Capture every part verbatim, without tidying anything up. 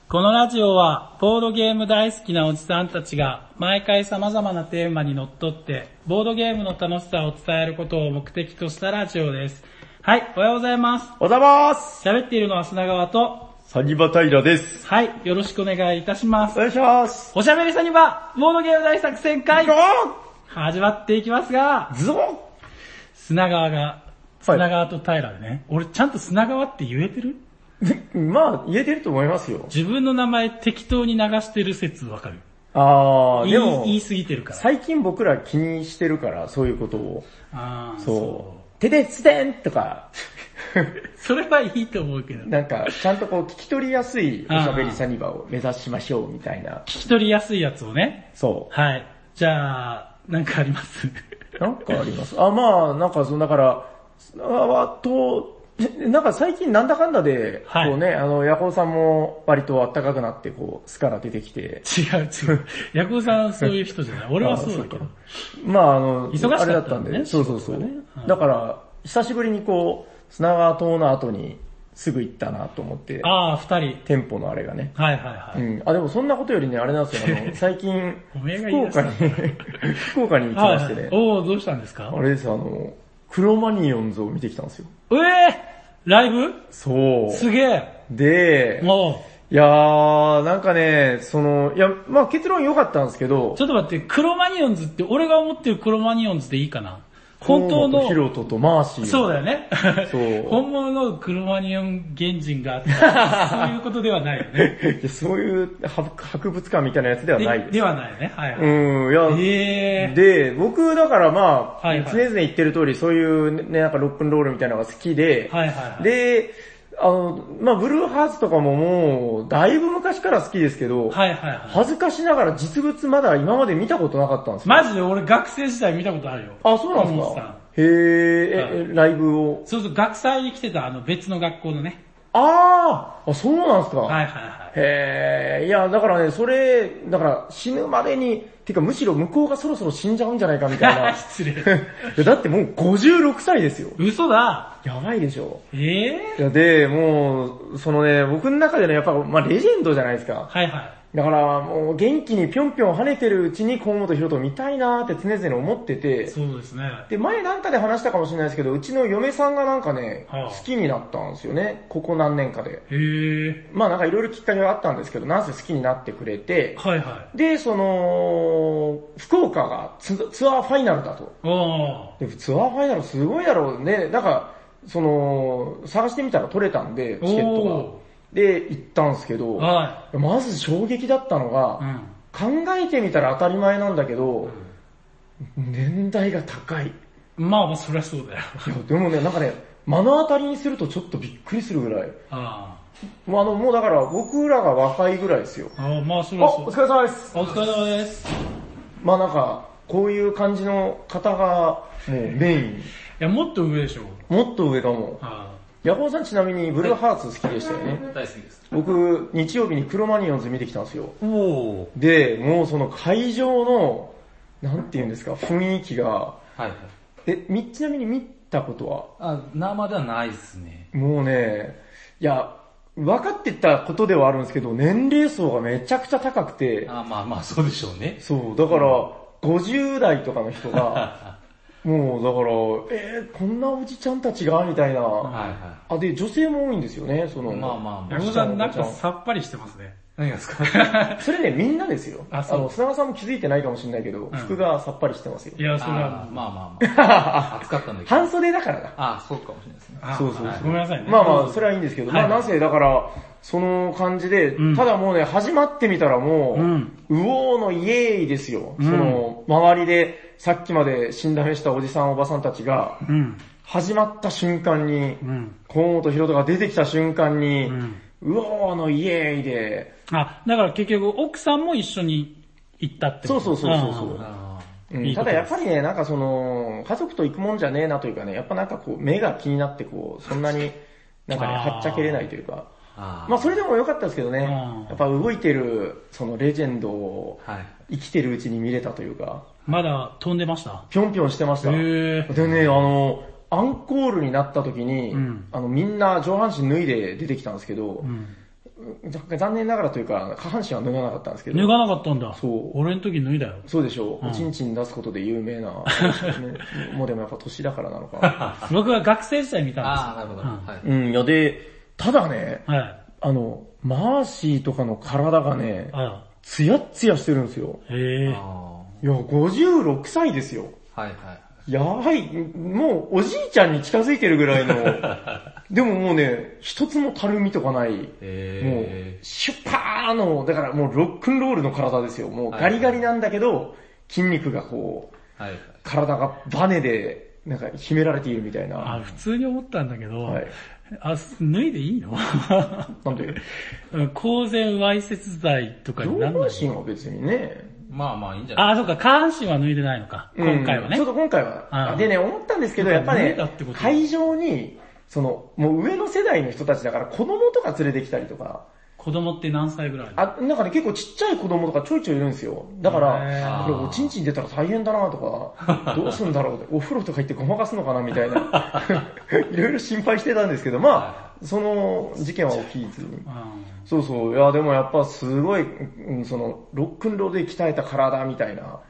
このラジオはボードゲーム大好きなおじさんたちが毎回様々なテーマにのっとってボードゲームの楽しさを伝えることを目的としたラジオです。はい、おはようございます。 おはようございます。 喋っているのは砂川とサニバタイラです。 はい、よろしくお願いいたします。 お願いします。 おしゃべりサニバボードゲーム大作戦会始まっていきますが、 ズボン砂川が、砂川と平でね、はい、俺ちゃんと砂川って言えてる？ まあ、言えてると思いますよ。 自分の名前適当に流してる説わかる？ あー、でも、 言い過ぎてるから。 最近僕ら気にしてるから、そういうことを。 あー、 そう。 そう。 てでつでんとか。 それはいいと思うけど。 なんか、ちゃんとこう聞き取りやすいおしゃべりサニバを目指しましょうみたいな。 聞き取りやすいやつをね。 そう。 はい。じゃあ、なんかありますなんかあります。あ、まあ、なんかその、だから、あと、なんか最近なんだかんだで、 はい、 こうね、あの、ヤコウさんも割と暖かくなって、こう、巣から出てきて。 違う違う。ヤコウさんはそういう人じゃない。俺はそうだけど。 まああの、 忙しかったんだね、 あれだったんで、そうそうそう。 ね、 だから、久しぶりにこう、砂川島の後にすぐ行ったなと思って。 ああ、二人。 店舗のあれがね。 はいはいはい。 うん。あ、でもそんなことよりね、あれなんですよ、あの、最近、福岡に、福岡に行きましてね。 はい、おー、どうしたんですか？ あれです、あの、クロマニオンズを見てきたんですよ。 えぇ、ー、ライブ？ そう。 すげえ。 で、 もういやー、なんかね、その、いや、まあ結論良かったんですけど。 ちょっと待って、クロマニオンズって俺が思ってるクロマニオンズでいいかな？本当の。 ヒロトとマーシー。 そうだよね。そう。本物のクロマニオン原人があったそういうことではないよね。 そういう博物館みたいなやつではないです。 で, ではないよね。はいはい。 うん、いや、 えー、 で、僕だからまあ、 はいはい、 常々言ってる通り、そういうね、なんかロックンロールみたいなのが好きで、 はいはいはい、 で、あの、まあ、ブルーハーツとかももう、だいぶ昔から好きですけど、 はいはいはい、 恥ずかしながら実物まだ今まで見たことなかったんですよ。 マジで俺学生時代見たことあるよ。 あ、そうなんですか？へー、え、ライブを。 そうそう、学祭に来てたあの別の学校のね。 あー、あ、そうなんですか？ はいはいはい。 へー、いや、だからね、それ、だから死ぬまでに、てかむしろ向こうがそろそろ死んじゃうんじゃないかみたいな。 失礼。 だってもうごじゅうろくさいですよ。 嘘だ。 やばいでしょ。 えー、 いやで、もう、そのね、僕の中でね、やっぱ、まあレジェンドじゃないですか。 はいはい。 だからもう元気にぴょんぴょん跳ねてるうちに河本大翔を見たいなーって常々思ってて。 そうですね。 で、前なんかで話したかもしれないですけど、うちの嫁さんがなんかね、 はあ、 好きになったんですよね。ここ何年かで。 へー。 まあなんかいろいろきっかけがあったんですけど、なんせ好きになってくれて。 はいはい。 で、その、福岡が ツ, ツアーファイナルだと。 でツアーファイナルすごいだろうね。なんか、その、探してみたら取れたんで、チケットが。で、行ったんですけど、 はい、 まず衝撃だったのが、うん、考えてみたら当たり前なんだけど、うん、年代が高い。 まあまあそりゃそうだよ。 いや、でもね、なんかね、目の当たりにするとちょっとびっくりするぐらい。ああ。もうあの、もうだから僕らが若いぐらいですよ。 ああ、まあそりゃそう。 お疲れ様です。 お疲れ様です。 まあなんか、こういう感じの方が、もうメイン。いや、もっと上でしょ。 もっと上かも。ああ、ヤコウさんちなみにブルーハーツ好きでしたよね。 大好きです。 僕、日曜日にクロマニオンズ見てきたんですよ。おで、もうその会場の、なんていうんですか、雰囲気が、はいはい。え、み、ちなみに見たことは？ あ、生ではないですね。 もうね、いや、分かってたことではあるんですけど、年齢層がめちゃくちゃ高くて。 あ、まあまあそうでしょうね。 そう、だから、ごじゅう代とかの人が、もうだから、えー、こんなおじちゃんたちがみたいな。はいはい。あ、で、女性も多いんですよね、その。 まあまあ。ヤコウさんなんかさっぱりしてますね。 何がですか？それね、みんなですよ。あ、そう。あの、砂川さんも気づいてないかもしれないけど、うん、服がさっぱりしてますよ。 いや、それは。 まあまあまあ。暑かったんだけど。 半袖だからだ。 あ、そうかもしれないですね。 そうそうそう。 ごめんなさいね。 まあまあ、それはいいんですけど、はい、まあなぜだから、その感じで、うん、ただもうね、始まってみたらもう、うん、うおーのイエーイですよ。うん、その、周りで、さっきまで死んだめしたおじさんおばさんたちが、うん、始まった瞬間に、うん、河本大翔が出てきた瞬間に、うん、うおーのイエーイで。 あ、だから結局奥さんも一緒に行ったってこと。 そうそうそうそう。うん、ただやっぱりね、なんかその、家族と行くもんじゃねえなというかね、やっぱなんかこう、目が気になってこう、そんなに、なんかね、はっちゃけれないというか。あまあそれでも良かったですけどね。やっぱ動いてる、そのレジェンドを、生きてるうちに見れたというか。 まだ飛んでました？ ぴょんぴょんしてました。へでね、あの、アンコールになった時に、うん、あのみんな上半身脱いで出てきたんですけど、うん、 若干残念ながらというか、下半身は脱がなかったんですけど。 脱がなかったんだ。 そう。 俺の時脱いだよ。 そうでしょう。おちんちん出すことで有名な、ね。もうでもやっぱ年だからなのか。 僕は学生時代見たんですよ。 ああ、なるほど。はい。 うん、いやで、ただね、 はい。 あの、マーシーとかの体がね、 ああツヤッツヤしてるんですよ。 へえ。 いや、ごじゅうろくさいですよ。 はいはい。 やばい、もうおじいちゃんに近づいてるぐらいの、でももうね、一つもたるみとかない、もう、シュッパーの、だからもうロックンロールの体ですよ。もうガリガリなんだけど、筋肉がこう、はい、体がバネで、なんか秘められているみたいな。 あ、普通に思ったんだけど、 はい、 あ、脱いでいいのなんで公然わいせつ罪とかになるの？ 上半身は別にね。 まあまあいいんじゃないあ、そうか、下半身は脱いでないのか。うん、今回はね。 ちょっと今回は。でね、思ったんですけど、やっぱね、会場に、その、もう上の世代の人たちだから子供とか連れてきたりとか。 子供って何歳ぐらい？ あ、なんかね、結構ちっちゃい子供とかちょいちょいいるんですよ。だから、これおちんちん出たら大変だなとか、どうすんだろうって、お風呂とか行ってごまかすのかなみたいな。いろいろ心配してたんですけど、まあ、その事件は起きずに。そうそう。いや、でもやっぱすごい、うん、その、ロックンロールで鍛えた体みたいな。うん、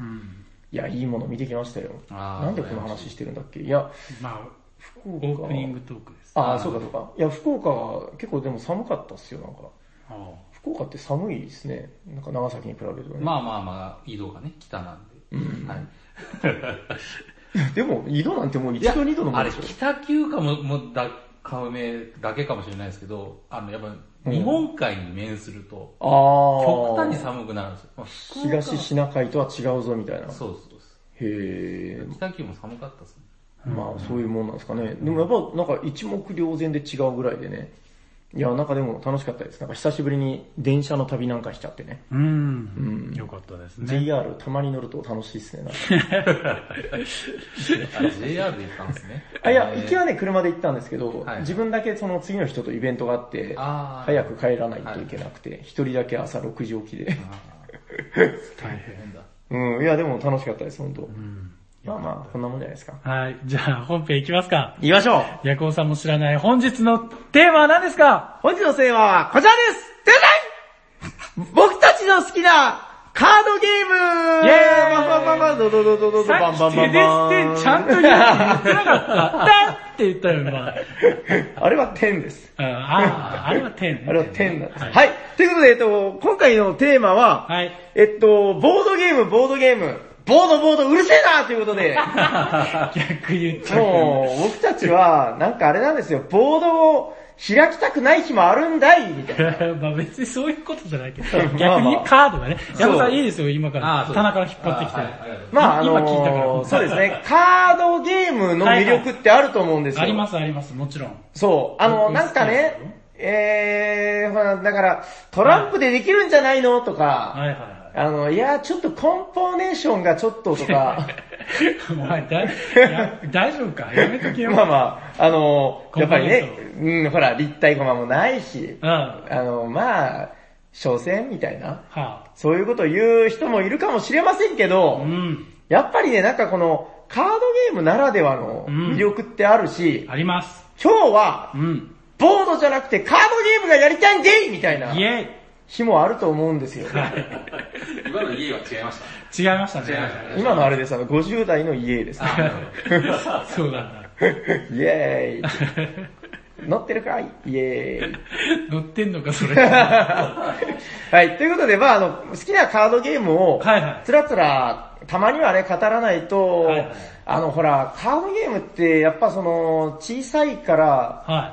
いや、いいもの見てきましたよ。なんでこの話してるんだっけ？いや、 まあ、福岡。オープニングトークです。 ああ、そうかそうか。いや、福岡は結構でも寒かったっすよ、なんか。ああ、福岡って寒いですね。なんか長崎に比べるとね。 まあまあまあ、井戸がね、北なんで。うん、はい。 でも、井戸なんてもういちどにどのもんでしょ。 あれ、北九かも、もだ、かめだけかもしれないですけど、あの、やっぱ、日本海に面すると、うん、極端に寒くなるんですよ。まあ、 東シナ海とは違うぞ、みたいな。 そうそうです。 へー。 北九も寒かったですね。 まあ、そういうもんなんですかね。でもやっぱ、なんか一目瞭然で違うぐらいでね。いや、なんかでも楽しかったです。なんか久しぶりに電車の旅なんかしちゃってね。 うん。うん、よかったですね。 ジェイアール たまに乗ると楽しいっすね。 あ、ジェイアール で行ったんですね。 あ、いや、行きはね、車で行ったんですけど、はい、自分だけその次の人とイベントがあって、早く帰らないといけなくて、一、はい、人だけ朝ろくじ起きで。 大変だ。 うん、いや、でも楽しかったです、本当。うんまあまあ、こんなもんじゃないですか。 はい。じゃあ、本編行きますか。 行きましょう。ヤコウさんも知らない本日のテーマは何ですか？ 本日のテーマはこちらですてん僕たちの好きなカードゲームイェーイバンバンバンバンドドドドドドバンバンバンバン。 さっきテデステンちゃんと言うって言ってなかった。タンって言ったよ、今。 あれは点です。 ああ、あれは点、ね。 あれは点なんです。はい。はい。ということで、えっと、今回のテーマは、はい。えっと、ボードゲーム、ボードゲーム。ボードボードうるせえなということで。 逆言っちゃう。 もう、僕たちは、なんかあれなんですよ、ボードを開きたくない日もあるんだいみたいな。 まあ別にそういうことじゃないけど、逆にカードがね。ヤコさんいいですよ、今から。棚から引っ張ってきて。 まあ、あの、そうですね、カードゲームの魅力ってあると思うんですよ。 ありますあります、もちろん。 そう、あの、なんかね、えー、ほら、だから、トランプでできるんじゃないのとか、はいはい。あの、いや、ちょっとコンポーネーションがちょっととか。 お前、だ、大丈夫かやめとけよ。 まあまあ、あの、やっぱりね、うん、ほら、立体コマもないし、うん、あの、まあ、所詮みたいな、はあ、そういうことを言う人もいるかもしれませんけど、うん、やっぱりね、なんかこの、カードゲームならではの魅力ってあるし、 うん、あります。 今日は、うん、ボードじゃなくてカードゲームがやりたいんでいみたいな。 イェイ日もあると思うんですよ。 今の家は違いました違いましたね。 今のあれです、あの、ごじゅう代の家です、ね。 そうなんだ。 イェーイ乗ってるかいイェーイ乗ってんのか、それ。 はい、ということで、まああの、好きなカードゲームを、つらつら、たまにはね、語らないと、はいはい、あの、ほら、カードゲームって、やっぱその、小さいから、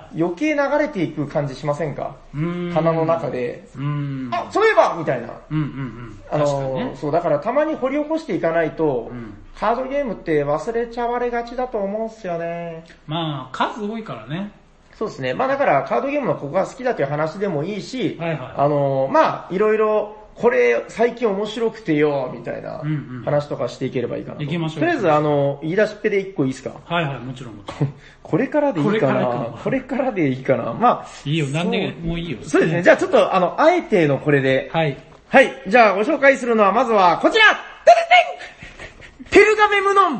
余計流れていく感じしませんか？棚の中で。あ、そういえばみたいな。うんうんうん。あの、ね、そう、だからたまに掘り起こしていかないと、うん、カードゲームって忘れちゃわれがちだと思うんすよね。 まあ、数多いからね。 そうですね。まあだからカードゲームのここが好きだという話でもいいし、はいはい、あの、まあ、いろいろ、これ最近面白くてよ、みたいな話とかしていければいいかなと。 行きましょう。 とりあえずあの、言い出しっぺで一個いいですか？ はいはい、もちろんもちろん。 これからでいいかなこれ, これからでいいかなまあ。 いいよ、なんでもいいよ。 そうですね。じゃあちょっとあの、あえてのこれで。はい。はい。じゃあご紹介するのはまずはこちらテレテンペルガメムノン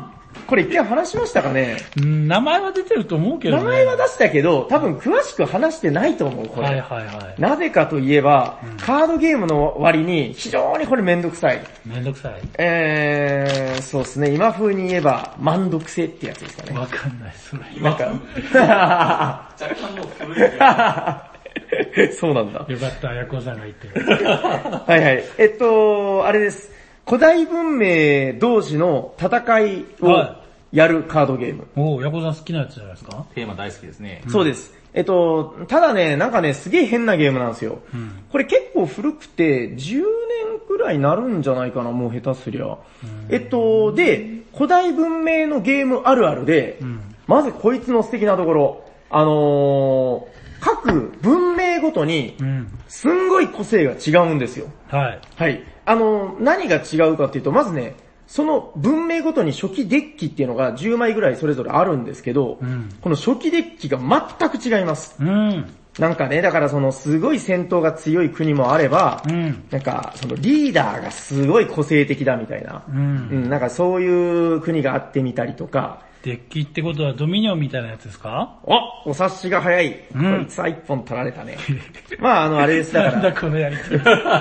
これ一見話しましたかね？ うん、名前は出てると思うけどね。 名前は出したけど、多分詳しく話してないと思う、これ。 はいはいはい。 なぜかといえば、うん、カードゲームの割に非常にこれめんどくさい。 めんどくさい。 えー、そうですね、今風に言えば、まんどくせってやつですかね。 わかんない、それ。 なんか、 若干もう古いよ。 そうなんだ。 よかった、ヤコさんが言ってる。 はいはい。えっと、あれです。古代文明同士の戦いをやるカードゲーム。 おー、ヤコさん好きなやつじゃないですか？ テーマ大好きですね。 うん、そうです。えっと、ただね、なんかね、すげえ変なゲームなんですよ。うん、これ結構古くて、じゅうねんくらいなるんじゃないかな、もう下手すりゃ。えっと、で、古代文明のゲームあるあるで、うん、まずこいつの素敵なところ、あのー、各文明ごとに、すんごい個性が違うんですよ。 はい。 はい。あの、何が違うかっていうと、まずね、その文明ごとに初期デッキっていうのがじゅうまいぐらいそれぞれあるんですけど、うん、この初期デッキが全く違います。うん、なんかね、だからそのすごい戦闘が強い国もあれば、うん、なんかそのリーダーがすごい個性的だみたいな、うんうん、なんかそういう国があってみたりとか、 デッキってことはドミニオンみたいなやつですか？ お、お察しが早い。うん、こいつは一本取られたね。まああのあれですだから。 なんだこのやりとり。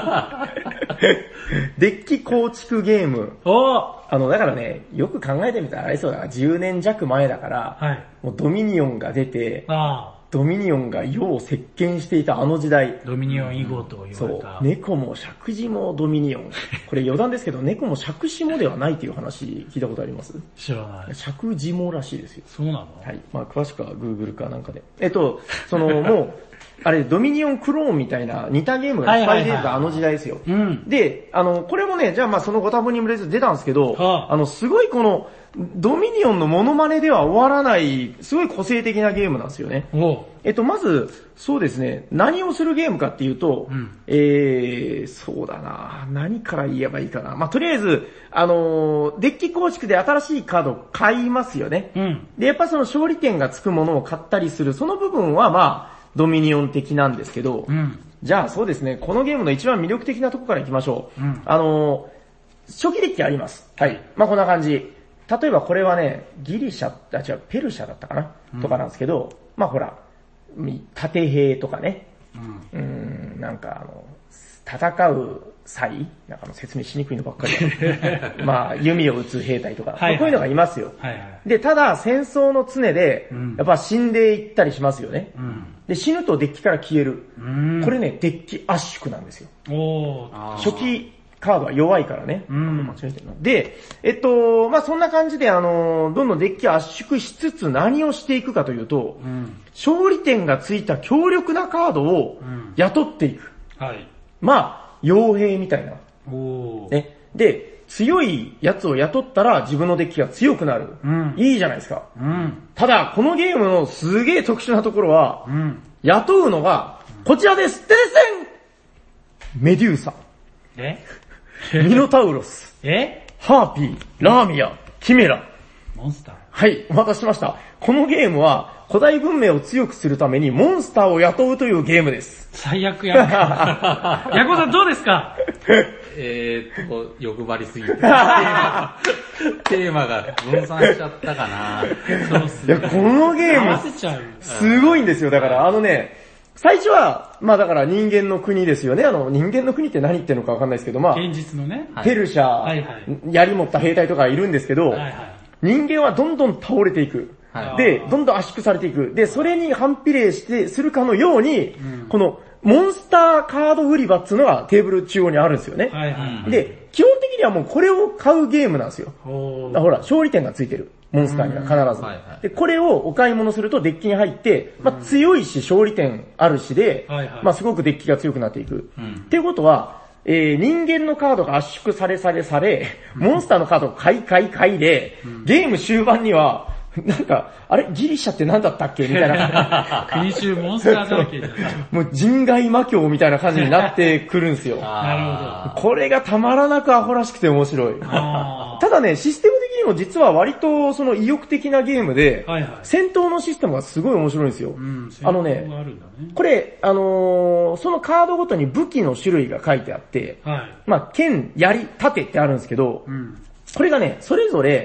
デッキ構築ゲーム。 おあのだからね、よく考えてみたらあれそうだからじゅうねん弱前だから、はい、もうドミニオンが出て、あドミニオンが世を席巻していたあの時代。 ドミニオン以後と言われた。 そう。猫も杓子もドミニオン。これ余談ですけど、猫も杓子もではないっていう話聞いたことあります？ 知らない。 杓子もらしいですよ。 そうなの？ はい。まあ詳しくは Google かなんかで。えっと、そのもう、あれ、ドミニオンクローンみたいな似たゲームがいっぱい出てたあの時代ですよ。うん、で、あの、これもね、じゃあまあそのご多分に触れず出たんですけど、はあ、あの、すごいこの、ドミニオンのモノマネでは終わらない、すごい個性的なゲームなんですよね。えっと、まず、そうですね、何をするゲームかっていうと、うん、えー、そうだな、何から言えばいいかな。まあ、とりあえず、あのー、デッキ構築で新しいカードを買いますよね。うん、で、やっぱその勝利点がつくものを買ったりする、その部分はまあ、ドミニオン的なんですけど、うん、じゃあそうですね、このゲームの一番魅力的なところから行きましょう。うん、あのー、初期デッキあります。はい。まあ、こんな感じ。例えばこれはね、ギリシャ、あ、違う、ペルシャだったかな、うん、とかなんですけど、まあほら、盾兵とかね、うん、うーんなんかあの、戦う際なんかの説明しにくいのばっかりだ。まあ、弓を撃つ兵隊とか、はいはい、こういうのがいますよ、はいはい。で、ただ戦争の常で、やっぱ死んでいったりしますよね。うん、で、死ぬとデッキから消える。うん、これね、デッキ圧縮なんですよ。お初期カードは弱いからね。うん、間違えてるの。で、えっと、まあ、そんな感じで、あの、どんどんデッキを圧縮しつつ何をしていくかというと、うん、勝利点がついた強力なカードを雇っていく。うん、はい。まあ、傭兵みたいな。おね。で、強いやつを雇ったら自分のデッキが強くなる。うん、いいじゃないですか。うん、ただ、このゲームのすげえ特殊なところは、うん、雇うのが、こちらです。テレセンメデューサ。えミノタウロス。えハーピー、ラーミア、キメラ。 モンスターはい、お待たせしました。このゲームは、古代文明を強くするためにモンスターを雇うというゲームです。 最悪やんか。ヤコさんどうですか？ えーっと、欲張りすぎて。テーマが分散しちゃったかな。 そうっすね。いや、このゲーム、すごいんですよ。だから、あのね、最初は、まあだから人間の国ですよね。あの、人間の国って何言ってるのかわかんないですけど、まあ、 現実のね。 ペルシャ、はいはい、槍持った兵隊とかいるんですけど、はいはい、人間はどんどん倒れていく。はい、で、どんどん圧縮されていく。で、それに反比例して、するかのように、うん、この、モンスターカード売り場っていうのがテーブル中央にあるんですよね。はいはい、で、基本的にはもうこれを買うゲームなんですよ。ほら、勝利点がついてる。モンスターには必ず、はいはい。で、これをお買い物するとデッキに入って、まあ強いし勝利点あるしで、はいはい、まあすごくデッキが強くなっていく。うん、っていうことは、えー、人間のカードが圧縮されされされ、モンスターのカードを買い買い買いで、うん、ゲーム終盤には、なんか、あれギリシャって何だったっけみたいな。 国中モンスターだらけじゃない。 もう人外魔境みたいな感じになってくるんですよ。なるほど。これがたまらなくアホらしくて面白い。ただね、システム的にも実は割とその意欲的なゲームで、はいはい、戦闘のシステムがすごい面白いんですよ。うん、あのね、ねこれ、あのー、そのカードごとに武器の種類が書いてあって、はい、まあ、剣、槍、盾ってあるんですけど、うん、これがね、それぞれ、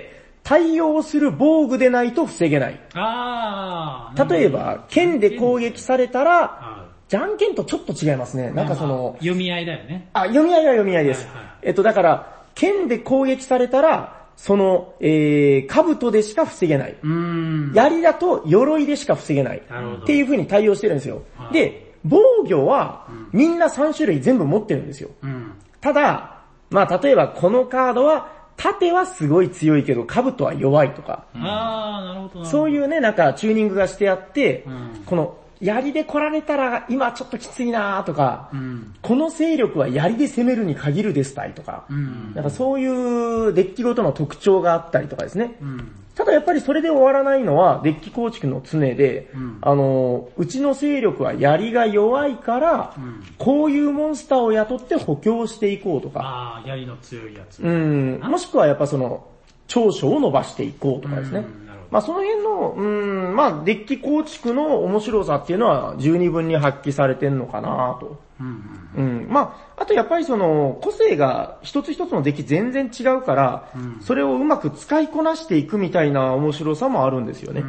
対応する防具でないと防げない。 あ例えば、剣で攻撃されたら、じゃんけんとちょっと違いますね。なんかその、 読み合いだよね。 あ、読み合いは読み合いです。 はいはい、 えっと、だから、剣で攻撃されたら、その、えー、兜でしか防げない。 うーん槍だと鎧でしか防げない。っていう風に対応してるんですよ。で、防御は、みんなさん種類全部持ってるんですよ。 うん、ただ、まあ例えばこのカードは、盾はすごい強いけど、兜は弱いとか。 あー、なるほど。 そういうね、なんかチューニングがしてあって、 うん、この、槍で来られたら今ちょっときついなとか、 うん、 この勢力は槍で攻めるに限るですたいとか、うん、なんかそういうデッキごとの特徴があったりとかですね。うん、ただやっぱりそれで終わらないのはデッキ構築の常で、うん、あの、うちの勢力は槍が弱いから、うん、こういうモンスターを雇って補強していこうとか。 ああ、槍の強いやつ。 うん、もしくはやっぱその、長所を伸ばしていこうとかですね。うんまあその辺の、うーん、まあデッキ構築の面白さっていうのは十二分に発揮されてんのかなと。うんうんうん、まああとやっぱりその個性が一つ一つのデッキ全然違うから、うん、それをうまく使いこなしていくみたいな面白さもあるんですよね。うん、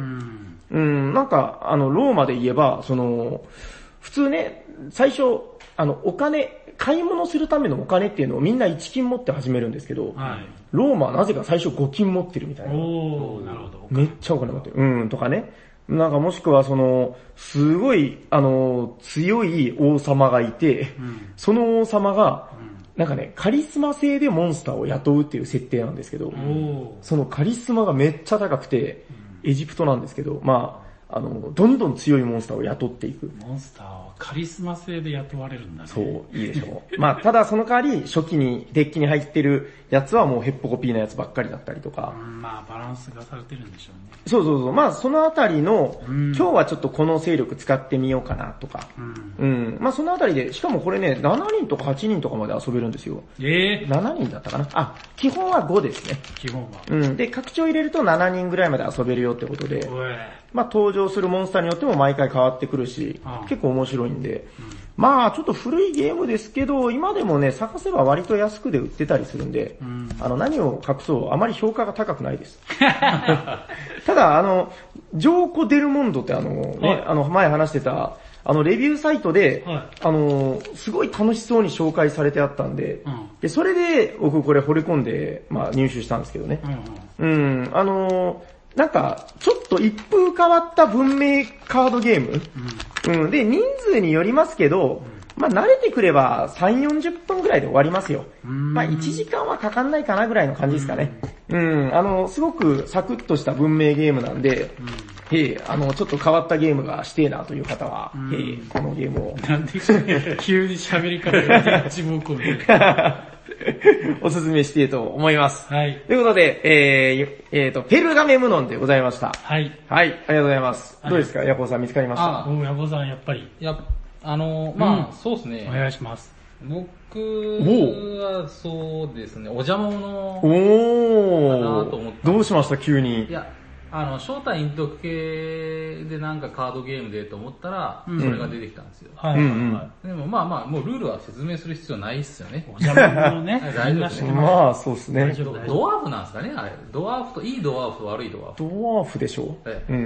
うん、なんかあのローマで言えば、その、普通ね、最初、あのお金、買い物するためのお金っていうのをみんないち金持って始めるんですけど、はい、ローマはなぜか最初ご金持ってるみたいな。 おー、なるほど。 めっちゃお金持ってる。うん、とかね。なんかもしくはその、すごい、あの、強い王様がいて、うん、その王様が、なんかね、カリスマ性でモンスターを雇うっていう設定なんですけど、そのカリスマがめっちゃ高くて、エジプトなんですけど、まあ、あの、どんどん強いモンスターを雇っていく。 モンスターはカリスマ性で雇われるんだね。 そう、いいでしょう。まあ、ただその代わり、初期に、デッキに入ってるやつはもうヘッポコピーなやつばっかりだったりとか。 うん、まあ、バランスがされてるんでしょうね。 そうそうそう。まあ、そのあたりの、うん、今日はちょっとこの勢力使ってみようかなとか。うん。うん、まあ、そのあたりで、しかもこれね、しちにんとかはちにんとかまで遊べるんですよ。 えー、 しちにんだったかな。あ、基本はごですね。 基本は。 うん。で、拡張入れるとしちにんぐらいまで遊べるよってことで。まあ、登場するモンスターによっても毎回変わってくるし、結構面白いんで、うん、まあちょっと古いゲームですけど、今でもね、探せば割と安くで売ってたりするんで、うん、あの何を隠そう、あまり評価が高くないです。ただ、あの、ジョーコ・デルモンドってあのね、あの前話してた、あのレビューサイトで、はい、あの、すごい楽しそうに紹介されてあったんで、うん、でそれで僕これ惚れ込んで、まあ入手したんですけどね。うん、うん、あの、なんか、ちょっと一風変わった文明カードゲーム、うんうん、で、人数によりますけど、まあ慣れてくればさんじゅう、よんじゅっぷんぐらいで終わりますよ。まあいちじかんはかかんないかなぐらいの感じですかね。うん、あの、すごくサクッとした文明ゲームなんで、うん、へえ、あの、ちょっと変わったゲームがしてえなという方は、へえ、このゲームを。 なんで急に喋り方が自分を込めて。 おすすめしていると思います。 はい。 ということで、えー、えーと、ペルガメムノンでございました。 はい。 はい、ありがとうございます。どうですか、ヤコウさん見つかりました？ おヤコウさんやっぱり。 いや、あの、まあ、うん、そうですね。 お願いします。 僕はそうですね、お邪魔者かなと思って。 どうしました急に。 いや、あの、正体陰徳系でなんかカードゲームでと思ったら、うん、それが出てきたんですよ。 はいはいはい。 でもまあまあ、もうルールは説明する必要ないっすよね。 お邪魔者ね。 大丈夫ですね。 まあ、そうですね。 ドワーフなんですかねあれ。ドワーフと、いいドワーフと悪いドワーフ。 ドワーフでしょう、うん、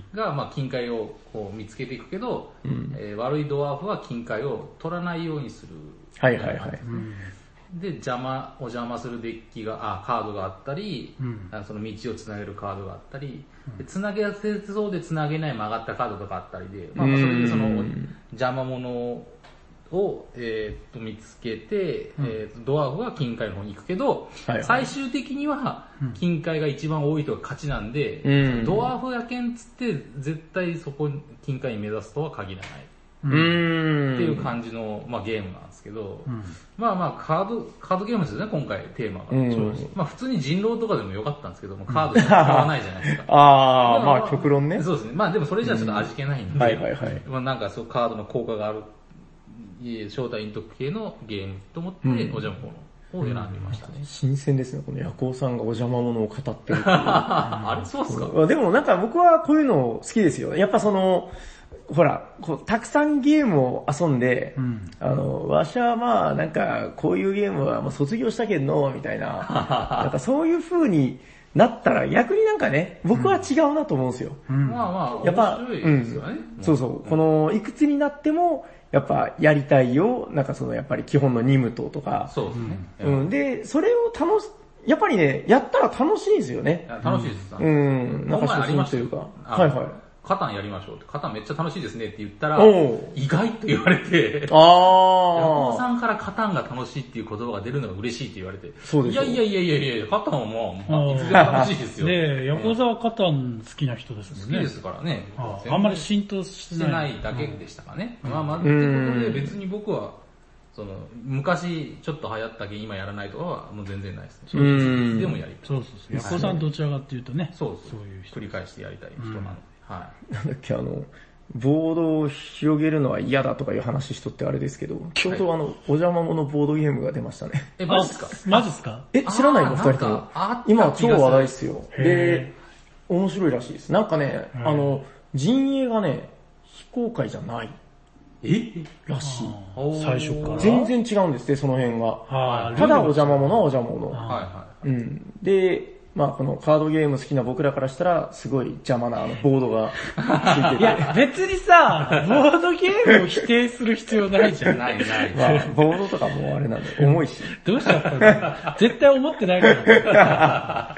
が、まあ、金塊をこう見つけていくけど、うんえー、悪いドワーフは金塊を取らないようにする。 はいはいはい。うんで、邪魔、お邪魔するデッキが、あ、カードがあったり、うん、その道をつなげるカードがあったり、うん、つなげせそうでつなげない曲がったカードとかあったりで、まあ、それでその邪魔者を、えー、と見つけて、うんえー、ドワーフは金塊の方に行くけど、はいはい、最終的には金塊が一番多い人が勝ちなんで、うん、ドワーフやけんつって絶対そこ金塊に目指すとは限らない。 うーんっていう感じの、まあ、ゲームなんですけど、うん、まあまあカード、カードゲームですよね、今回テーマが。うん、まあ普通に人狼とかでもよかったんですけども、カードしか使わないじゃないですか。 ああ、まあ極論ね。 そうですね。まあでもそれじゃちょっと味気ないんで、 はいはいはい。 まあなんかそうカードの効果がある、正体陰徳系のゲームと思って、お邪魔者を選んでましたね。 新鮮ですね、このヤコウさんがお邪魔者を語ってるっていう。 あれそうっすか？ でもなんか僕はこういうの好きですよ。やっぱその、ほら、こう、たくさんゲームを遊んで、うん、あの、わしはまあ、なんか、こういうゲームはもう卒業したけんの、みたいな、なんかそういう風になったら逆になんかね、僕は違うなと思うんですよ。 うん、まあまあ、 やっぱ、 面白いですよね。 うん、そうそう。この、いくつになっても、やっぱやりたいよ、なんかそのやっぱり基本の任務ととか。 そうですね。 うん。で、それを楽し、やっぱりね、やったら楽しいんですよね。 楽しいです。 うん。なんか初心というか。はいはい。 カタンやりましょうって、カタンめっちゃ楽しいですねって言ったら、意外と言われて、ああ。ヤコウさんからカタンが楽しいっていう言葉が出るのが嬉しいって言われて、 そうです。 いやいやいやいやいや、カタンはもう、まあ、いつでも楽しいですよ。 で、ヤコウさんはカタン好きな人ですもんね。 好きですからね。 あ, あんまり浸透してないだけでしたかね。うん、まあまあ、ってことで別に僕は、その、昔ちょっと流行ったけ今やらないとかはもう全然ないですね。そういうでもやりたい。 そうそうそう。ヤコウさんどちらかっていうとね、 そうそういう人繰り返してやりたい人なので。はい。 なんだっけ、あの、ボードを広げるのは嫌だとかいう話しとってあれですけど、ちょうどあの、お邪魔者ボードゲームが出ましたね。 え、マジっすかマジっすかえ、知らないの二人とも。今超話題っすよ。で、面白いらしいです。なんかね、あの、陣営がね、非公開じゃない。 えらしい。 最初から全然違うんですね、その辺は。ただお邪魔者はお邪魔者。 はいはい。 うん。で、まあこのカードゲーム好きな僕らからしたら、すごい邪魔なあのボードがついてて。 いや、別にさ、ボードゲームを否定する必要ないじゃん。 ないない。 まあ、ボードとかもあれなんで、重いし。 どうしちゃったの絶対思ってないから。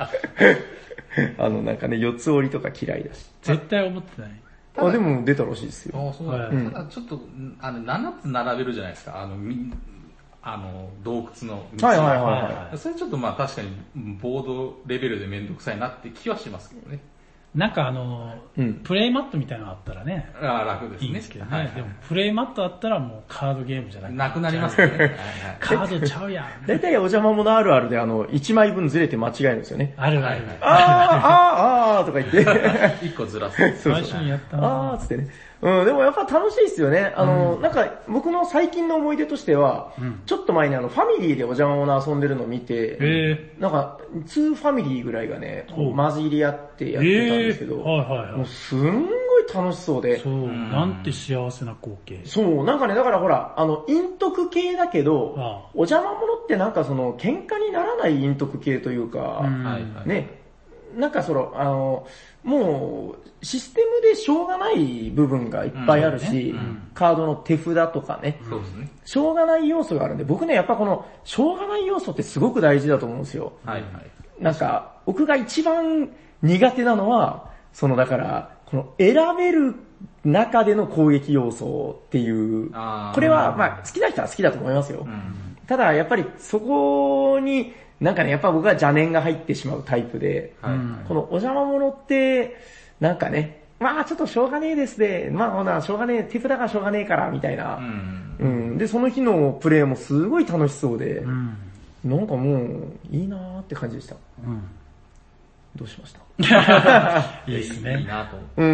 あのなんかね、四つ折りとか嫌いだし。 絶対思ってない。 あ、でも出たらしいですよ。 あ、そうだ、うん。ただちょっと、あの、ななつ並べるじゃないですか。あの、みあの、洞窟の道。はいはいはい。 それちょっとまあ確かにボードレベルでめんどくさいなって気はしますけどね。 なんかあの、うん、プレイマットみたいなのあったらね。 ああ、楽ですね。 いいんですけどね。はいはい、でもプレイマットあったらもうカードゲームじゃなくなくなりますよね。 カードちゃうやん。 だいたいお邪魔者あるあるであの、いちまいぶんずれて間違えるんですよね。 あるある。 あー、あー、あーとか言って。 一個ずらす。 最初にやったな。 あーつってね。うん、でもやっぱ楽しいですよね。あの、うん、なんか僕の最近の思い出としては、うん、ちょっと前にあの、ファミリーでお邪魔者遊んでるのを見て、 えー、 なんか、にファミリーぐらいがね、混じり合ってやってたんですけど、 えーはいはいはい、 もうすんごい楽しそうで。 そう、うん、なんて幸せな光景。 そう、なんかね、だからほら、あの、陰徳系だけど、ああお邪魔者ってなんかその、喧嘩にならない陰徳系というか、うん、ね、なんかその、あの、もう、システムでしょうがない部分がいっぱいあるし、うんねうん、カードの手札とかね、 そうですね。 しょうがない要素があるんで、僕ね、やっぱこの、しょうがない要素ってすごく大事だと思うんですよ。 はいはい。 なんか、僕が一番苦手なのは、そのだから、この選べる中での攻撃要素っていう、これはまあ好きな人は好きだと思いますよ。うん、ただやっぱりそこに、なんかね、やっぱ僕は邪念が入ってしまうタイプで、はいはい、このお邪魔者って、なんかね、まあちょっとしょうがねえですね、まあほな、しょうがねえ、手札がしょうがねえから、みたいな、うんうん。で、その日のプレイもすごい楽しそうで、うん、なんかもう、いいなーって感じでした。うん、どうしましたいいですね。 いいなと。 うん、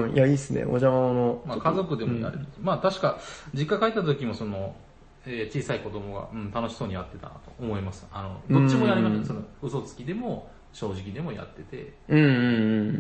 いや、いいっすね、お邪魔者。 まあ家族でもやる。うん、まあ確か、実家帰った時もその、えー、小さい子供が、うん、楽しそうにやってたなと思います。あの、どっちもやりました。その、嘘つきでも、正直でもやってて、 うんうんうん、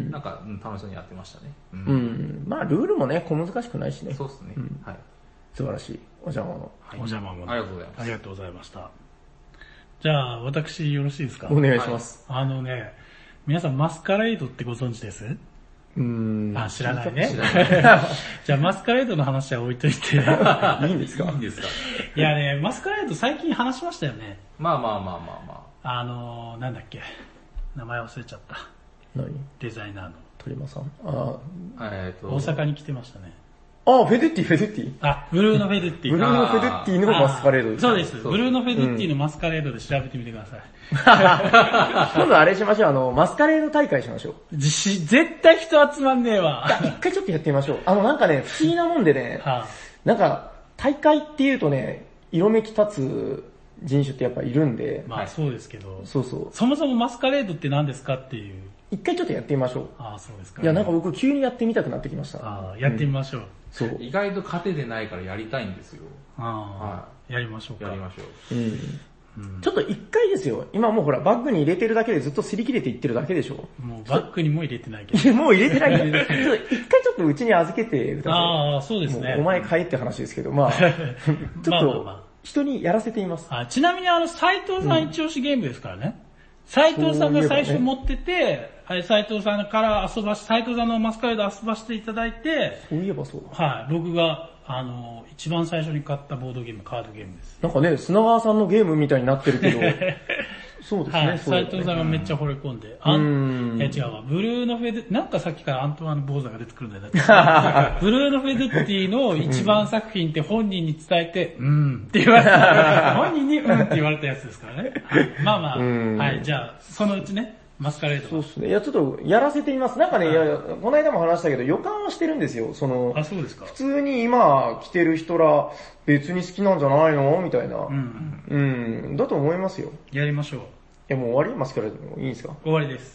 なんか、うん、楽しそうにやってましたね。 うん。うん、まあ、ルールもね、小難しくないしね。 そうですね、うん。はい。 素晴らしい。お邪魔者。 はい、お邪魔者。 ありがとうございます。 ありがとうございました。じゃあ、私よろしいですか？ お願いします。 はい、あのね、皆さんマスカレードってご存知です？ うーん。 あ、知らないね。知らない。じゃあマスカレードの話は置いといて。いいんですか？ いいんですか？ いやね、マスカレード最近話しましたよね。 まあまあまあまあまあ。あのー、なんだっけ。名前忘れちゃった。 何？ デザイナーの。 鳥間さん？ああ。えっと。 大阪に来てましたね。 ああ、フェデッティ、フェデッティ。 あ、ブルーノフェデッティ。 ブルーノフェデッティのマスカレードです。 そうです。ブルーノフェデッティのマスカレードで調べてみてください。 今度あれしましょう、あの、マスカレード大会しましょう。 絶対人集まんねえわ。 一回ちょっとやってみましょう。あの、なんかね、不思議なもんでね、はあ、なんか、大会っていうとね、色めき立つ人種ってやっぱいるんで。 まあそうですけど。 そうそう。 そもそもマスカレードって何ですかっていう。 一回ちょっとやってみましょう。 ああ、そうですか、 ね。いや、なんか僕急にやってみたくなってきました。 ああ、やってみましょう。うん、 そう。意外と勝ててないからやりたいんですよ。 ああ、はい。やりましょうか。 やりましょう。 うん。ちょっと一回ですよ。今もうほら、バッグに入れてるだけでずっと擦り切れていってるだけでしょ。 もうバッグにも入れてないけど。 もう入れてないんだ。一回ちょっとうちに預けてください。 ああ、そうですね。 お前買えって話ですけど、まあ、ちょっと人にやらせています。 あ、ちなみにあの、斉藤さん一押しゲームですからね。 斉藤さんが最初持ってて、はい、斉藤さんから遊ばし、斉藤さんのマスカレード遊ばせていただいて、 そういえばそうだ。 はい、僕が、あの、一番最初に買ったボードゲーム、カードゲームです。 なんかね、砂川さんのゲームみたいになってるけど、そうですね、 はい、斉藤さんがめっちゃ惚れ込んで、あん、いや違うわ、ブルーノフェド、なんかさっきからアントワン・ボーザが出てくるんだよ、だってブルーノフェドッティの一番作品って本人に伝えて、うんって言われた、本人にうんって言われたやつですからね。はい、まあまあ、はい、じゃあ、そのうちね、マスカレード。 そうですね。いや、ちょっとやらせてみます。なんかね、はい、いや、この間も話したけど、予感はしてるんですよ。その、 あ、そうですか。 普通に今来てる人ら、別に好きなんじゃないのみたいな。うん、うん。うん。だと思いますよ。 やりましょう。 いや、もう終わりマスカレードもいいんですか？ 終わりです。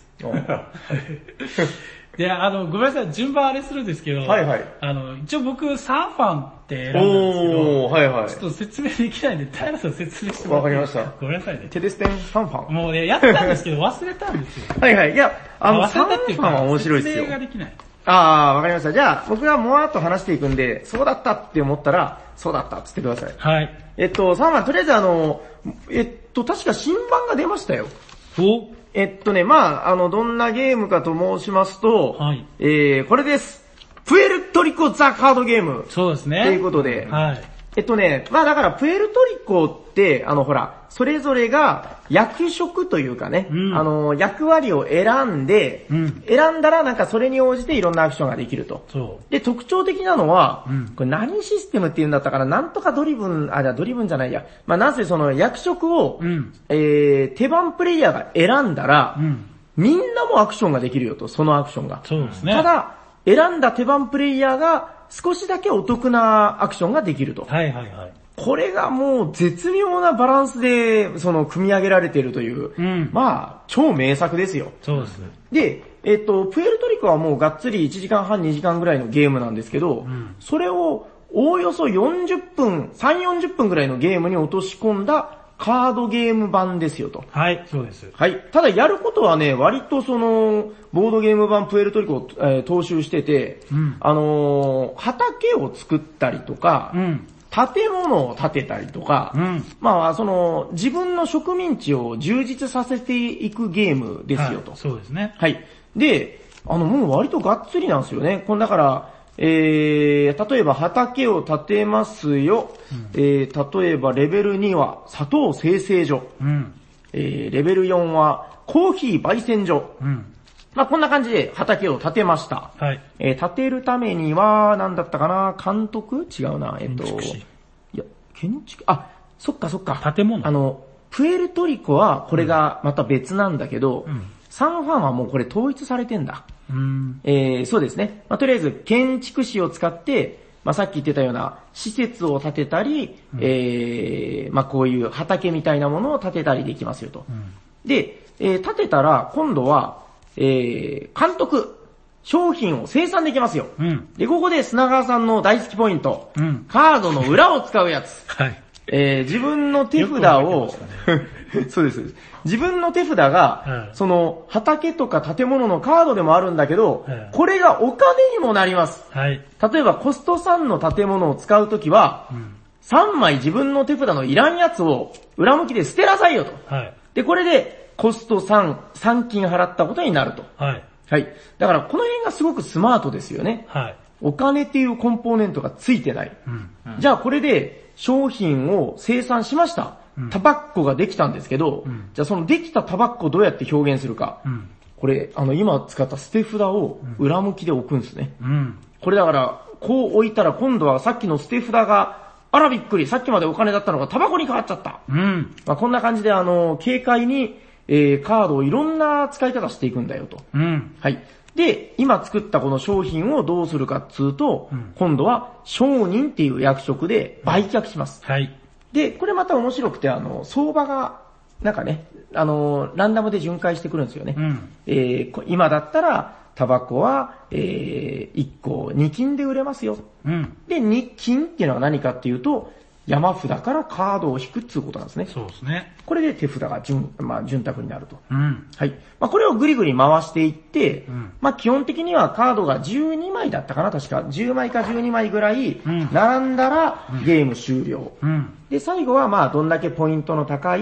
で、あの、ごめんなさい、順番あれするんですけど、 はいはい。 あの、一応僕、サンファンって選んだんですけど、 おー、はいはい。 ちょっと説明できないんで、平さん説明してもらって。 わかりました。 ごめんなさいね。 テデステンサンファン。 もうね、やったんですけど、忘れたんですよ。 はいはい。いや、あの、 サンファンは面白いですよ。 説明ができない。 あー、わかりました。じゃあ、僕がもわっと話していくんで、そうだったって思ったら、そうだったって言ってください。 はい。 えっと、サンファン、とりあえずあの、えっと、確か新版が出ましたよ。 おえっとね、まああの、どんなゲームかと申しますと、はい、えー、これです。プエルトリコザカードゲーム。 そうですね。 ということで、 はい。 えっとね、まあだからプエルトリコって、あのほら、それぞれが役職というかね、うん、あの、役割を選んで、うん、選んだらなんかそれに応じていろんなアクションができると。そう。で、特徴的なのは、うん、これ何システムって言うんだったかな、なんとかドリブン、あ、じゃドリブンじゃないや。まあなぜその役職を、うん、えー、手番プレイヤーが選んだら、うん、みんなもアクションができるよと、そのアクションが。 そうですね。 ただ、選んだ手番プレイヤーが少しだけお得なアクションができると。 はいはいはい。 これがもう絶妙なバランスで、その、組み上げられているという、うん、まあ、超名作ですよ。 そうですね。 で、えっと、プエルトリコはもうがっつりいちじかんはんにじかんぐらいのゲームなんですけど、うん、それをおおよそよんじゅっぷん、さんじゅう、よんじゅっぷんぐらいのゲームに落とし込んだカードゲーム版ですよと。 はい、そうです。 はい。ただやることはね、割とその、ボードゲーム版プエルトリコを、えー、踏襲してて、うん、あのー、畑を作ったりとか、うん建物を建てたりとか、うん、まあその自分の植民地を充実させていくゲームですよと。 はい、そうですね。 はい。で、あのもう割とがっつりなんですよね。こんだから、えー、例えば畑を建てますよ。うん、えー、例えばレベルには砂糖生成所。うん、えー、レベルよんはコーヒー焙煎所。うんまあこんな感じで畑を建てました。はい。えー、建てるためには、なんだったかな監督違うな。えっと、建築士。いや、建築、あ、そっかそっか。 建物あの、プエルトリコはこれがまた別なんだけど、うん、サンファンはもうこれ統一されてんだ。うん。えー、そうですね。まあとりあえず建築士を使って、まあさっき言ってたような施設を建てたり、うん、えー、まあこういう畑みたいなものを建てたりできますよと。うん、で、えー、建てたら今度は、えー、監督、商品を生産できますよ。うん、で、ここで砂川さんの大好きポイント、うん、カードの裏を使うやつ。はい。えー、自分の手札を、ね、そうです。自分の手札が、はい、その畑とか建物のカードでもあるんだけど、はい、これがお金にもなります。はい。例えばコストさんの建物を使うときは、うん、さんまい自分の手札のいらんやつを裏向きで捨てなさいよと。はい。で、これで、コストさん、さん金払ったことになると。はい。はい。だからこの辺がすごくスマートですよね。はい。お金っていうコンポーネントがついてない。うん。うん、じゃあこれで商品を生産しました。うん、タバッコができたんですけど、うん、じゃあそのできたタバッコをどうやって表現するか。うん。これ、あの今使った捨て札を裏向きで置くんですね。うん。これだから、こう置いたら今度はさっきの捨て札が、あらびっくり、さっきまでお金だったのがタバコに変わっちゃった。うん。まあこんな感じであの、軽快に、えー、カードをいろんな使い方していくんだよと。うん。はい。で、今作ったこの商品をどうするかっつうと、うん、今度は商人っていう役職で売却します。うん、はい。で、これまた面白くて、あの、相場が、なんかね、あの、ランダムで巡回してくるんですよね。うん。えー、今だったら、タバコは、えー、いっこに金で売れますよ。うん。で、に金っていうのは何かっていうと、山札からカードを引くっていうことなんですね。 そうですね。 これで手札が順、まあ、順卓になると。うん。はい。まあ、これをぐりぐり回していって、うん、まあ、基本的にはカードがじゅうにまいだったかな、確か。じゅうまいかじゅうにまいぐらい、並んだらゲーム終了。うん。で、最後はまあ、どんだけポイントの高い、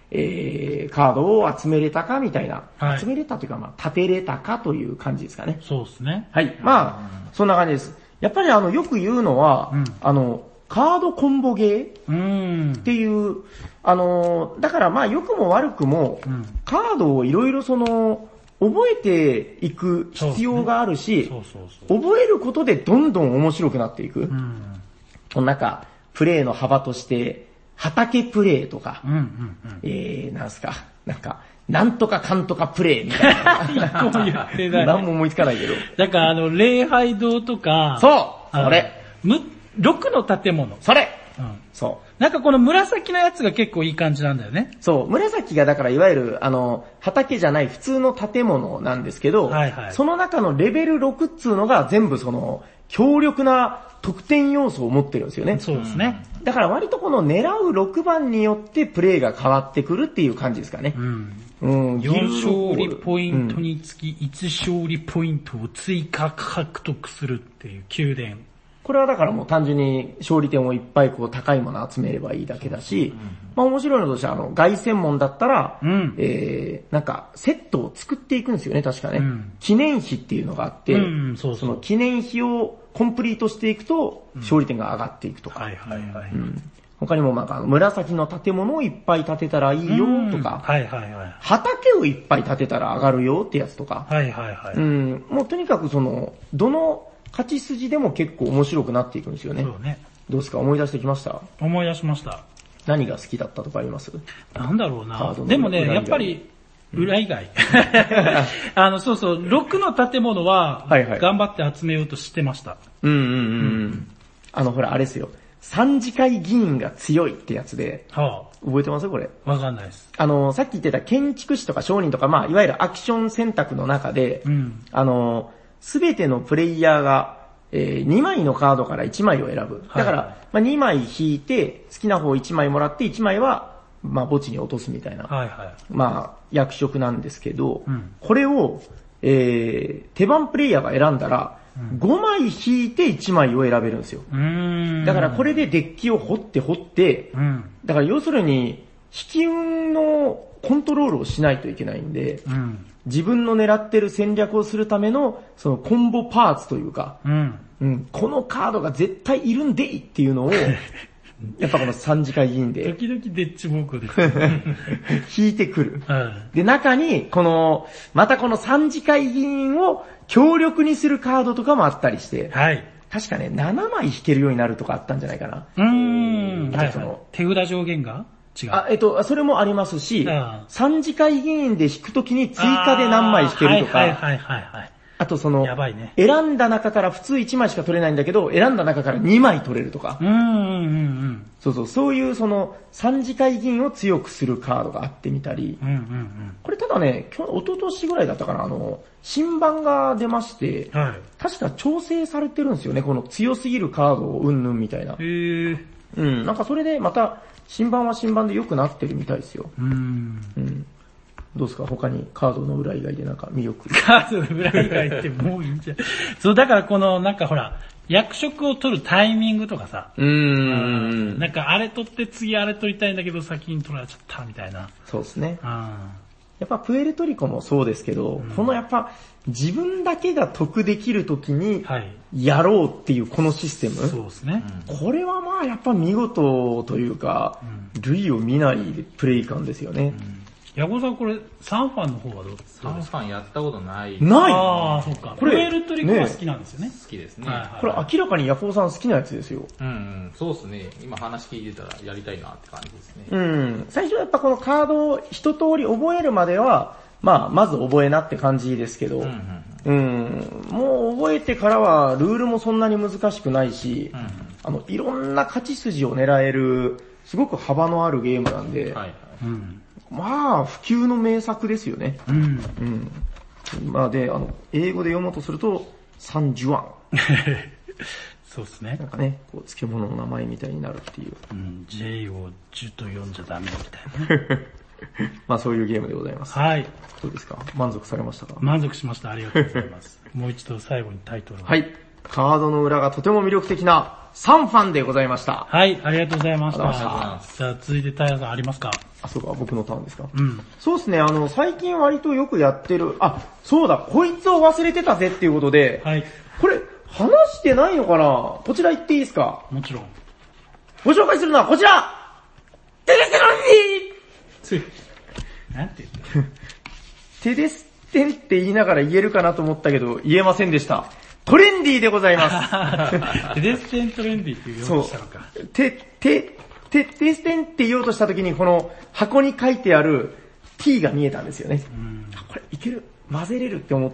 えー、カードを集めれたかみたいな、 はい、 集めれたというか、まあ、立てれたかという感じですかね。 そうですね。 はい。まあ、そんな感じです。やっぱりあの、よく言うのは、うん、あの、カードコンボゲーっていう、うあの、だからまあ、良くも悪くも、うん、カードをいろいろその、覚えていく必要があるし、そうそうそう、覚えることでどんどん面白くなっていく。うん、なんか、プレイの幅として、畑プレイとか、うんうんうん、えー、なんすか、なんか、なんとかかんとかプレイみたいな。一個も言ってない。何も思いつかないけど。 だからあの、礼拝堂とか、 そうそれ。 む、ろくの建物。 それ、うん、そう。 なんかこの紫のやつが結構いい感じなんだよね。 そう。紫がだからいわゆる、あの、畑じゃない普通の建物なんですけど、はいはい、その中のレベルろくっつうのが全部その、強力な得点要素を持ってるんですよね。 そうですね。 だから割とこの狙うろくばんによってプレイが変わってくるっていう感じですかね。うん。 うん、よん勝利ポイントにつきいち勝利ポイントを追加獲得するっていう宮殿。 これはだからもう単純に勝利点をいっぱいこう高いもの集めればいいだけだし、うん、まあ面白いのとしてはあの凱旋門だったら、うん、えー、なんかセットを作っていくんですよね、確かね。うん、記念碑っていうのがあって、うん、そうそう、その記念碑をコンプリートしていくと勝利点が上がっていくとか。はいはいはい。うん、他にもなんか紫の建物をいっぱい建てたらいいよとか、はいはいはい、畑をいっぱい建てたら上がるよってやつとか、はいはいはい、うん、もうとにかくその、どの勝ち筋でも結構面白くなっていくんですよね。そうね。どうですか、思い出してきました？ 思い出しました。 何が好きだったとかあります？ なんだろうな。でもね、やっぱり、裏以外。あの、そうそう、ろくの建物は、頑張って集めようとしてました。 はいはい、うんうんうん。うん、あの、ほら、あれですよ。三次会議員が強いってやつで、はあ、覚えてますこれ？ わかんないです。 あの、さっき言ってた建築士とか商人とか、まあ、いわゆるアクション選択の中で、うん、あの、すべてのプレイヤーが、えー、にまいのカードからいちまいを選ぶ。だから、はい、まあ、にまい引いて、好きな方いちまいもらって、いちまいは、まあ、墓地に落とすみたいな、はいはい、まあ、役職なんですけど、うん、これを、えー、手番プレイヤーが選んだら、うん、ごまい引いていちまいを選べるんですよ。うーん、だからこれでデッキを掘って掘って、うん、だから要するに、引き運のコントロールをしないといけないんで、うん、自分の狙ってる戦略をするための、そのコンボパーツというか、うんうん、このカードが絶対いるんでいっていうのを、やっぱこの三次会議員で。 時々デッチ猛攻です。 引いてくる。うん、で、中に、この、またこの三次会議員を強力にするカードとかもあったりして、はい、確かね、ななまい引けるようになるとかあったんじゃないかな。うーん。 はいはい、手札上限が違う。 あ、えっと、それもありますし、三次会議員で引くときに追加で何枚引けるとか、はいはいはいはい。あとその、やばいね、選んだ中から普通いちまいしか取れないんだけど、選んだ中からにまい取れるとか。うんうんうんうん。そうそう、そういうその三次会議員を強くするカードがあってみたり、うんうんうん、これただね、今日、一昨年ぐらいだったかな、あの、新版が出まして、はい、確か調整されてるんですよね、この強すぎるカードをうんぬんみたいな。へー。うん、なんかそれでまた、新版は新版で良くなってるみたいですよ。うん。うん。どうですか他にカードの裏以外でなんか魅力。 カードの裏以外ってもういいんじゃん。そう、だからこのなんかほら、役職を取るタイミングとかさ。うーん。なんかあれ取って次あれ取りたいんだけど先に取られちゃったみたいな。 そうですね。やっぱプエルトリコもそうですけど、うん、このやっぱ自分だけが得できるときにやろうっていうこのシステム。そうですね。これはまあやっぱ見事というか、うん、類を見ないプレイ感ですよね。うんヤゴさんこれ、サンファンの方はどうですか？ サンファンやったことない。 ないああ、そうか。これ、プエルトリコは好きなんですよね。ね好きですね、 はいはいはい。これ明らかにヤコウさん好きなやつですよ。 うん、うん、そうですね。今話聞いてたらやりたいなって感じですね。 うん。最初はやっぱこのカードを一通り覚えるまでは、まあ、まず覚えなって感じですけど、うん、うんうん、もう覚えてからはルールもそんなに難しくないし、うんうん、あの、いろんな勝ち筋を狙える、すごく幅のあるゲームなんで、はいはい、うんまあ、普及の名作ですよね。うん。うん。まあで、あの、英語で読もうとすると、サンジュアン。 そうですね。 なんかね、こう、漬物の名前みたいになるっていう。 うん、J をジュと読んじゃダメみたいな、ね。 まあそういうゲームでございます。はい。どうですか？満足されましたか？ 満足しました。ありがとうございます。もう一度最後にタイトルを。 はい。カードの裏がとても魅力的な、 さんファンでございました。 はい、ありがとうございました。 ありがとうございます。 じゃあ続いてタイヤさんありますか？ あ、そうか、僕のターンですか。 うん。 そうですね、あの、最近割とよくやってる、あ、そうだ、こいつを忘れてたぜっていうことで、 はい。 これ、話してないのかな？こちら言っていいですか？ もちろん。 ご紹介するのはこちら！テレステロンディなんて言ったテデステンって言いながら言えるかなと思ったけど、言えませんでした。トレンディーでございます。 テデステントレンディーって言おうとしたのか。 て、て、て、テデステンって言おうとした時にこの箱に書いてある t が見えたんですよね。 うんこれいける、混ぜれるって思って、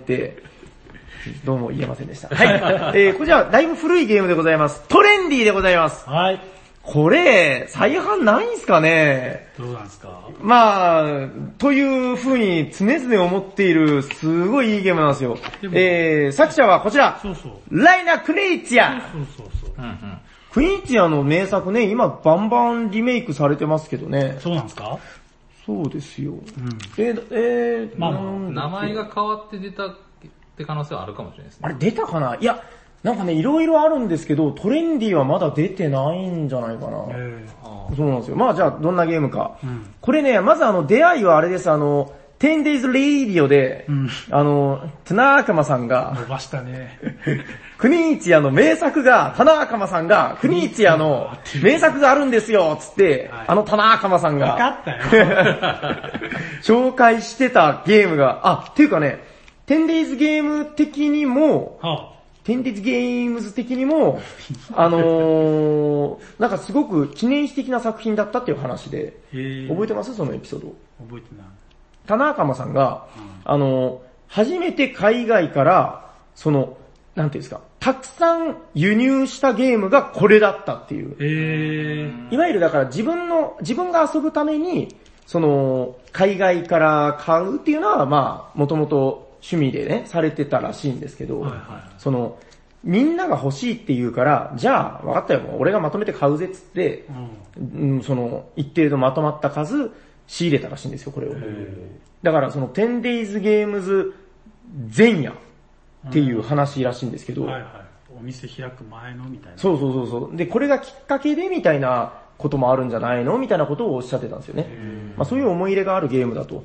どうも言えませんでした。はい。えー、こちらだいぶ古いゲームでございます。トレンディーでございます。 はい。 これ、再販ないんすかね？ どうなんですか？ まあ、という風に常々思っている、すごいいいゲームなんですよ。えー、作者はこちら。 そうそう。 ライナ・クネイツィア。 そうそうそう。うんうん。 クネイツィアの名作ね、今バンバンリメイクされてますけどね。 そうなんですか？ そうですよ。うん。 えー、えー、 まあ、名前が変わって出たって可能性はあるかもしれないですね。 あれ出たかな？いや、なんかね、いろいろあるんですけど、トレンディはまだ出てないんじゃないかな。 えー、そうなんですよ。まあじゃあ、どんなゲームか。 うん、 これね、まずあの、出会いはあれです、あの、テンデイズ Radio で、うん、あの、田中間さんが、 伸ばしたね。 クニーチアの名作が、田中間さんが、クニーチアの名作があるんですよ、つって、はい、あの田中間さんが、 わかったよ。 紹介してたゲームが、あ、っていうかね、テンデイズゲーム的にも、 はあ、 テンデイズゲームズ的にも、あのー、なんかすごく記念碑的な作品だったっていう話で、覚えてますそのエピソード。 覚えてない。 田中間さんが、うん、あのー、初めて海外から、その、なんていうんですか、たくさん輸入したゲームがこれだったっていう。 へいわゆるだから自分の、自分が遊ぶために、その、海外から買うっていうのは、まあ、もともと趣味でね、されてたらしいんですけど、 はいはい、 その、みんなが欲しいって言うから、じゃあ、分かったよ、俺がまとめて買うぜっつって、うんうん、その、一定度まとまった数、仕入れたらしいんですよ、これを。だからその、テンデイズゲームズ前夜っていう話らしいんですけど、 はいはい、お店開く前のみたいな。 そうそうそうそう。で、これがきっかけでみたいなこともあるんじゃないのみたいなことをおっしゃってたんですよね。まあそういう思い入れがあるゲームだと。はい、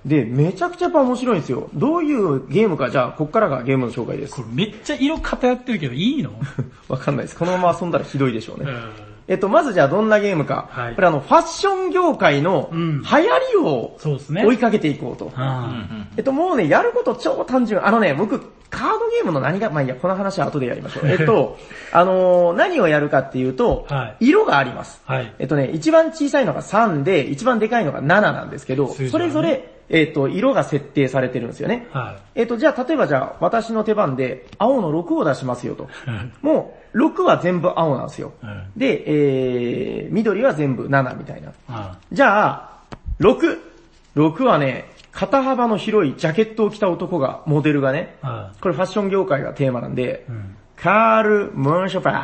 で、めちゃくちゃやっぱ面白いんですよ。どういうゲームか、じゃあ、こっからがゲームの紹介です。 これめっちゃ色偏ってるけどいいの？ わかんないです。このまま遊んだらひどいでしょうね。えっと、まずじゃあどんなゲームか。はい、これあの、ファッション業界の流行りを追いかけていこうと。うん、えっと、もうね、やること超単純。あのね、僕、カードゲームの何が、まあいいや、この話は後でやりましょう。えっと、あのー、何をやるかっていうと、はい、色があります。はい、えっとね、一番小さいのがさんで、一番でかいのがなななんですけど、ね、それぞれ、えっと、色が設定されてるんですよね。はい、えっと、じゃあ、例えばじゃあ、私の手番で、青のろくを出しますよと。もう、ろくは全部青なんですよ。で、えー、緑は全部ななみたいな。じゃあ、ろく。ろくはね、肩幅の広いジャケットを着た男が、モデルがね、これファッション業界がテーマなんで、うん、カール・ムンショファー。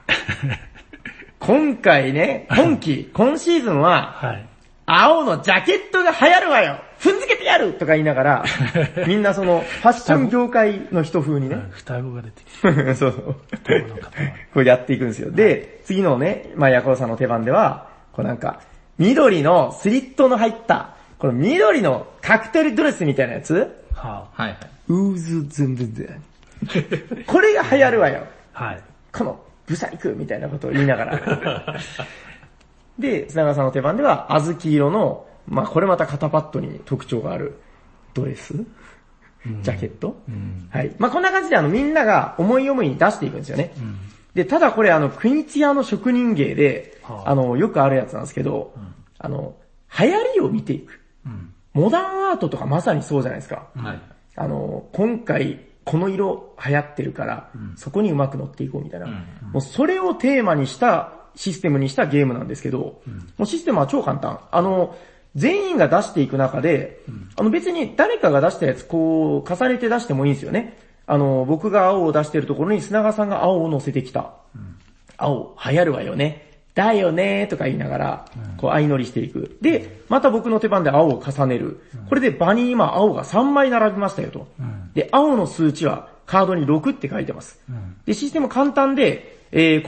今回ね、今季、今シーズンは、はい、青のジャケットが流行るわよ踏んづけてやるとか言いながら、みんなその、ファッション業界の人風にね。 双子が出てきて。 そうそう。こうやっていくんですよ。で、次のね、まあ、ヤコウさんの手番では、こうなんか、緑のスリットの入った、この緑のカクテルドレスみたいなやつ、 はあ、はいはい。 ウーズズンズンズン。これが流行るわよ。 はい。 この、ブサイクみたいなことを言いながら。で、砂川さんの手番では、小豆色の、まあこれまた肩パッドに特徴があるドレス、うん、ジャケット、うん、はい。まあこんな感じであのみんなが思い思いに出していくんですよね。うん、で、ただこれあの、クニツヤの職人芸で、はあ、あの、よくあるやつなんですけど、うん、あの、流行りを見ていく。うん、モダンアートとかまさにそうじゃないですか。はい、あの、今回この色流行ってるから、うん、そこにうまく乗っていこうみたいな、うんうん。もうそれをテーマにしたシステムにしたゲームなんですけど、うん、もうシステムは超簡単。あの、全員が出していく中で、うん、あの別に誰かが出したやつこう重ねて出してもいいんですよね。あの、僕が青を出してるところに砂川さんが青を乗せてきた。うん、青、流行るわよね。だよねとか言いながら、こう相乗りしていく。で、また僕の手番で青を重ねる。これで場に今青がさんまい並びましたよと。で、青の数値はカードにろくって書いてます。で、システム簡単で、えー、この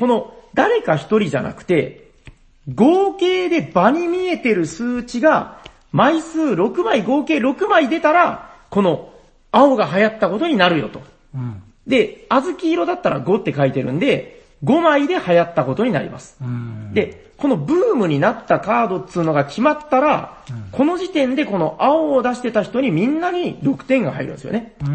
誰か一人じゃなくて、合計で場に見えてる数値が、枚数ろくまい、合計ろくまい出たら、この青が流行ったことになるよと。うん、で、小豆色だったらごって書いてるんで、ごまいで流行ったことになります。うん、で、このブームになったカードっつうのが決まったら、うん、この時点でこの青を出してた人にみんなにろくてんが入るんですよね。うん、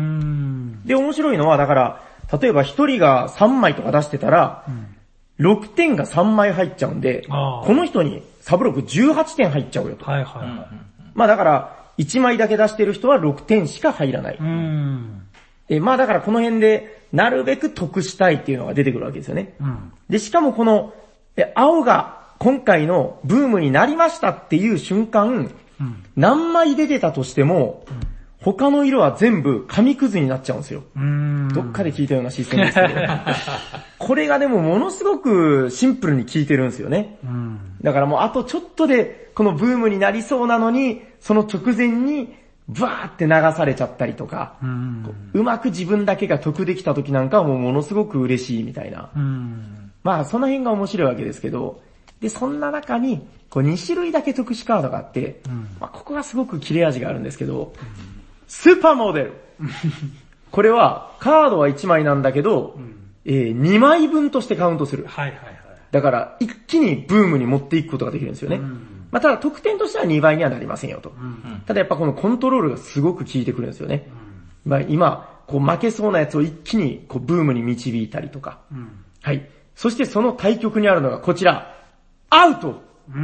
で、面白いのは、だから、例えばひとりがさんまいとか出してたら、うん、ろくてんがさんまい入っちゃうんで、この人にサブロックじゅうはってん入っちゃうよと。はいはいはい、まあだから、いちまいだけ出してる人はろくてんしか入らない。うんでまあだからこの辺で、なるべく得したいっていうのが出てくるわけですよね。うん、で、しかもこの、青が今回のブームになりましたっていう瞬間、うん、何枚出てたとしても、うん、他の色は全部紙くずになっちゃうんですよ。うーんどっかで聞いたようなシステムですけど。これがでもものすごくシンプルに効いてるんですよね。うんだからもうあとちょっとでこのブームになりそうなのに、その直前にバーって流されちゃったりとか、うん、うまく自分だけが得できた時なんかはもうものすごく嬉しいみたいな。うんまあその辺が面白いわけですけど、で、そんな中にこうにしゅるいだけ特殊カードがあって、うんまあ、ここがすごく切れ味があるんですけど、うん、スーパーモデル。これはカードはいちまいなんだけど、うんえー、にまいぶんとしてカウントする。はいはいはい。だから一気にブームに持っていくことができるんですよね。うんまあ、ただ得点としてはにばいにはなりませんよと。うん、ただやっぱこのコントロールがすごく効いてくるんですよね。うん、まあ、今、こう負けそうなやつを一気にこうブームに導いたりとか。うん、はい。そしてその対極にあるのがこちら。アウト、うん、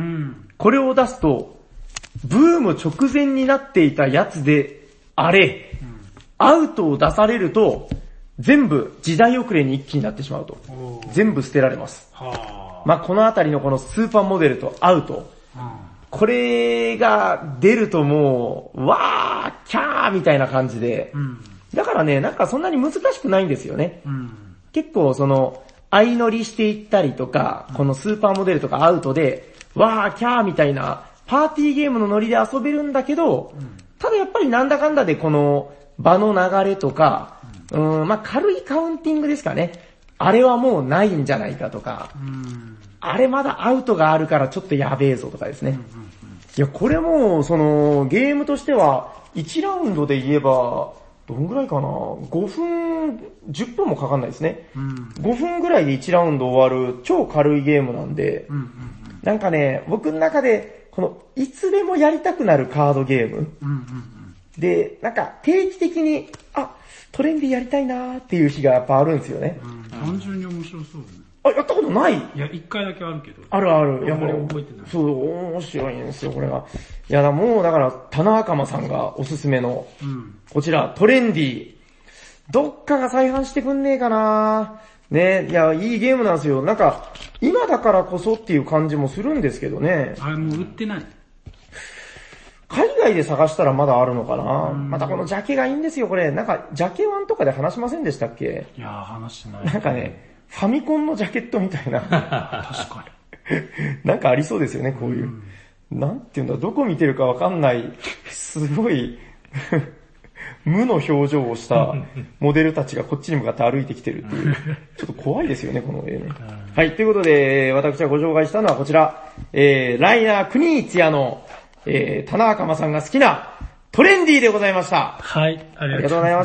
これを出すと、ブーム直前になっていたやつであれ、うん、アウトを出されると、全部時代遅れに一気になってしまうと。全部捨てられます。はまあこのあたりのこのスーパーモデルとアウト。これが出るともう、わー、キャーみたいな感じで、うん、だからね、なんかそんなに難しくないんですよね。うん、結構その、相乗りしていったりとか、このスーパーモデルとかアウトで、わー、キャーみたいな、パーティーゲームのノリで遊べるんだけど、うん、ただやっぱりなんだかんだでこの場の流れとか、うん、うんまあ軽いカウンティングですかね。あれはもうないんじゃないかとか、うんあれまだアウトがあるからちょっとやべえぞとかですね。うんうんうん、いや、これも、その、ゲームとしてはいちラウンドで言えば、どんぐらいかな ?ごふん、じゅっぷんもかかんないですね。うん、ごふんぐらいでいちラウンド終わる超軽いゲームなんで、うんうんうん、なんかね、僕の中で、この、いつでもやりたくなるカードゲーム。うんうんうん、で、なんか定期的に、あ、トレンディやりたいなーっていう日がやっぱあるんですよね。 うん、単純に面白そうね。 あ、やったことない？ いや、一回だけあるけど。 あるある。いや、 これ覚えてない。 そう、面白いんですよ、これが。いや、もう、だから、棚赤間さんがおすすめの、うん、こちら、トレンディ。どっかが再販してくんねえかなね、いや、いいゲームなんですよ。なんか、今だからこそっていう感じもするんですけどね。 あれもう売ってない？ 海外で探したらまだあるのかな、うん、またこのジャケがいいんですよ、これ。なんか、ジャケワンとかで話しませんでしたっけ？ いやー、話してない。 なんかね、ファミコンのジャケットみたいな。 確かに。なんかありそうですよね、こういう。うん、なんていうんだ、どこ見てるかわかんない、すごい、無の表情をしたモデルたちがこっちに向かって歩いてきてるっていう。ちょっと怖いですよね、この絵ね。はい、ということで、私がご紹介したのはこちら、えー、ライナー・クニーツィアの、えー、田中間さんが好きなトレンディーでございました。 はい、 ありがとうございました。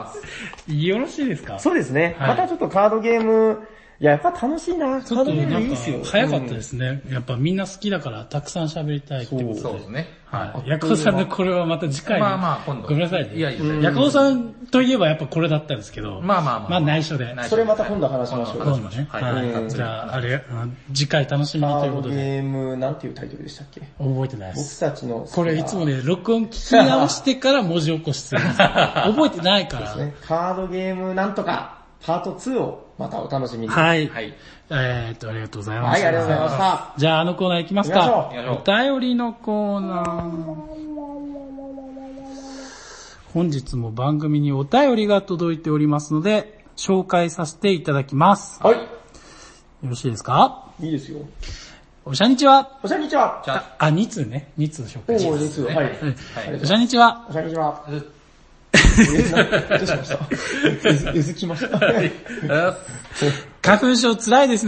よろしいですか？ そうですね。はい、またちょっとカードゲーム、いや、やっぱ楽しいな。カードゲームいいっすよ。 早かったですね。うん、やっぱみんな好きだからたくさん喋りたいってことで。 そうですね。 はい。ヤクオさんのこれはまた次回に。 まあまあ、今度。 ごめんなさいね。 いやいや。 ヤクオさんといえばやっぱこれだったんですけど。 まあまあまあ。 まあ内緒で。 それまた今度話しましょう。 今度ね。はい。じゃあ、あれ、次回楽しみということで。 カードゲーム、なんていうタイトルでしたっけ？ 覚えてないです。 僕たちの。 これいつもね、録音聞き直してから文字起こしするんですよ。覚えてないから。 そうですね。カードゲームなんとか、パートツーをまたお楽しみに。 はい。はい。えーっと、ありがとうございました。 はい、ありがとうございました。 じゃあ、あのコーナー行きますか。お便りのコーナー。本日も番組にお便りが届いておりますので、紹介させていただきます。 はい。よろしいですか？ いいですよ。 おしゃにちは。 おしゃにちは。 あ、あ、に通ね。に通紹介します。 おー、に通、はい。はい。 おしゃにちは。 おしゃにちは。どうしました？うずきました。 花粉症辛いですね。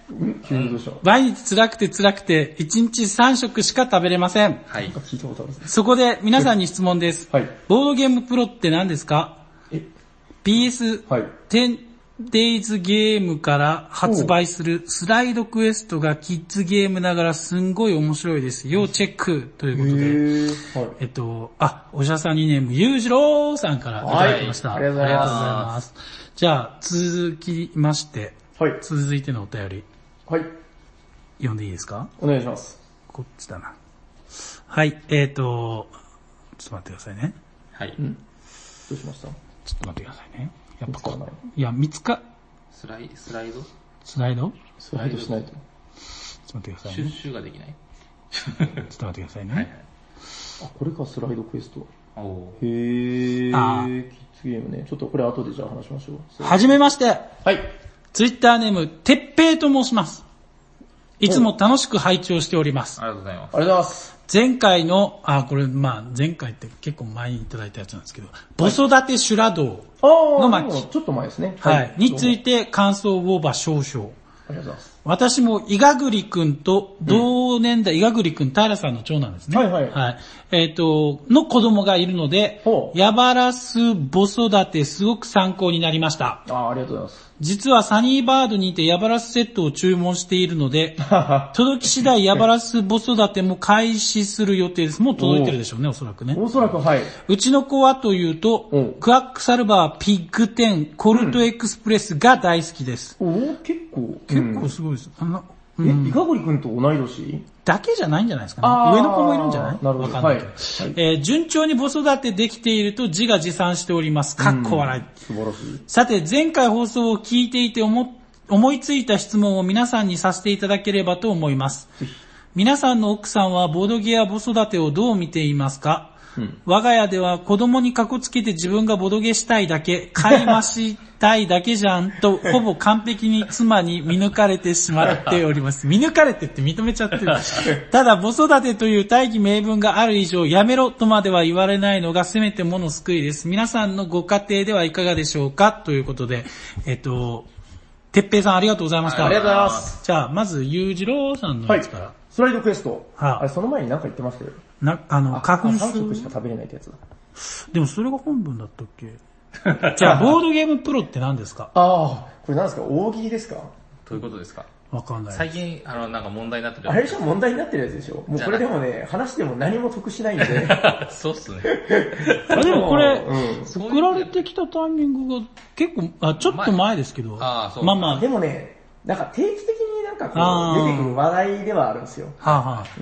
急にどうしたの？ 毎日辛くて辛くて、いちにちさん食しか食べれません。 はい。 聞いたことあるんですね。 そこで皆さんに質問です。 はい。 ボードゲームプロって何ですか？ えピーエスはい。 テンデイズゲームから発売するスライドクエストがキッズゲームながらすんごい面白いです。要チェックということで。 へー。はい。 えっと、あ、おしゃさんにネーム、ゆうじろうさんからいただきました。 はいありがとうございますありがとうございます。じゃあ、続きまして、 はい。 続いてのお便り、 はい。 読んでいいですか？ お願いします。 こっちだな。はい、えっと、ちょっと待ってくださいね。 はい。 どうしました？ ちょっと待ってくださいね。やっぱこ見つからない。 いや、見つか、 スライ、スライドスライドスライドしないと。 ちょっと待ってくださいシュッね。 シュができないちょっと待ってくださいね。 はいはい。 あ、これか、スライドクエスト。 おへー。 あキッズゲームね。ちょっとこれ後でじゃあ話しましょう。 はじめまして。 はい。 ツイッターネーム、てっぺいと申します。いつも楽しく拝聴しております。 ありがとうございます。 ありがとうございます。 前回の、あ、これ、まあ、前回って結構前にいただいたやつなんですけど、子育て修羅道、 あー、 の巻でもちょっと前ですね。 はい、について。 て感想をば少々。 ありがとうございます。 私も、伊賀栗くんと同年代、伊賀栗くん、平さんの長男ですね。 はいはいはい。えっ、と、の子供がいるのでほ、うヤバラス子育てすごく参考になりました。 あー、ありがとうございます。 実はサニーバードにてヤバラスセットを注文しているので、届き次第ヤバラス子育ても開始する予定です。もう届いてるでしょうね、おそらくね。 おそらくはい。 うちの子はというとうん、 クワックサルバー、ピッグテン、コルトエクスプレスが大好きです。 おー、結構。 結構すごいです。あのうん。え、イカゴリ君と同い年？ だけじじゃないんじゃないですかね。 あー上の子もいるんじゃない？ なるほどわかんないけど。 はいえー順調に子育てできていると自画自賛しております。かっこ笑い。 素晴らしい。 さて、前回放送を聞いていて思、思いついた質問を皆さんにさせていただければと思います。皆さんの奥さんはボードゲや子育てをどう見ていますか？うん、我が家では子供にかこつけて自分がボドゲしたいだけ、買い増したいだけじゃんと、ほぼ完璧に妻に見抜かれてしまっております。見抜かれてって認めちゃってる。ただ、子育てという大義名分がある以上、やめろとまでは言われないのがせめてもの救いです。皆さんのご家庭ではいかがでしょうかということで、えっと、てっぺいさんありがとうございました。 ありがとうございます。 じゃあ、まず、ゆうじろうさんのやつから。 はい、スライドクエスト。 はあ、 あれ、その前に何か言ってましたよ。 な、あの、花粉さん食しか食べれないってやつだ。 でもそれが本文だったっけじゃあ、ボードゲームプロって何ですか？ ああ、これ何ですか？大喜利ですか？ どういうことですか？ わかんない。 最近、あの、なんか問題になってる。 あれでしょ？問題になってるやつでしょ？もうこれでもね、話しても何も得しないんで。 そうっすね。 あでもこれ、 うん、 送られてきたタイミングが結構、あ、ちょっと前ですけど。 あそうまあまあ。 でもね、なんか定期的になんかこう出てくる話題ではあるんですよ。 はあはあ、 うん、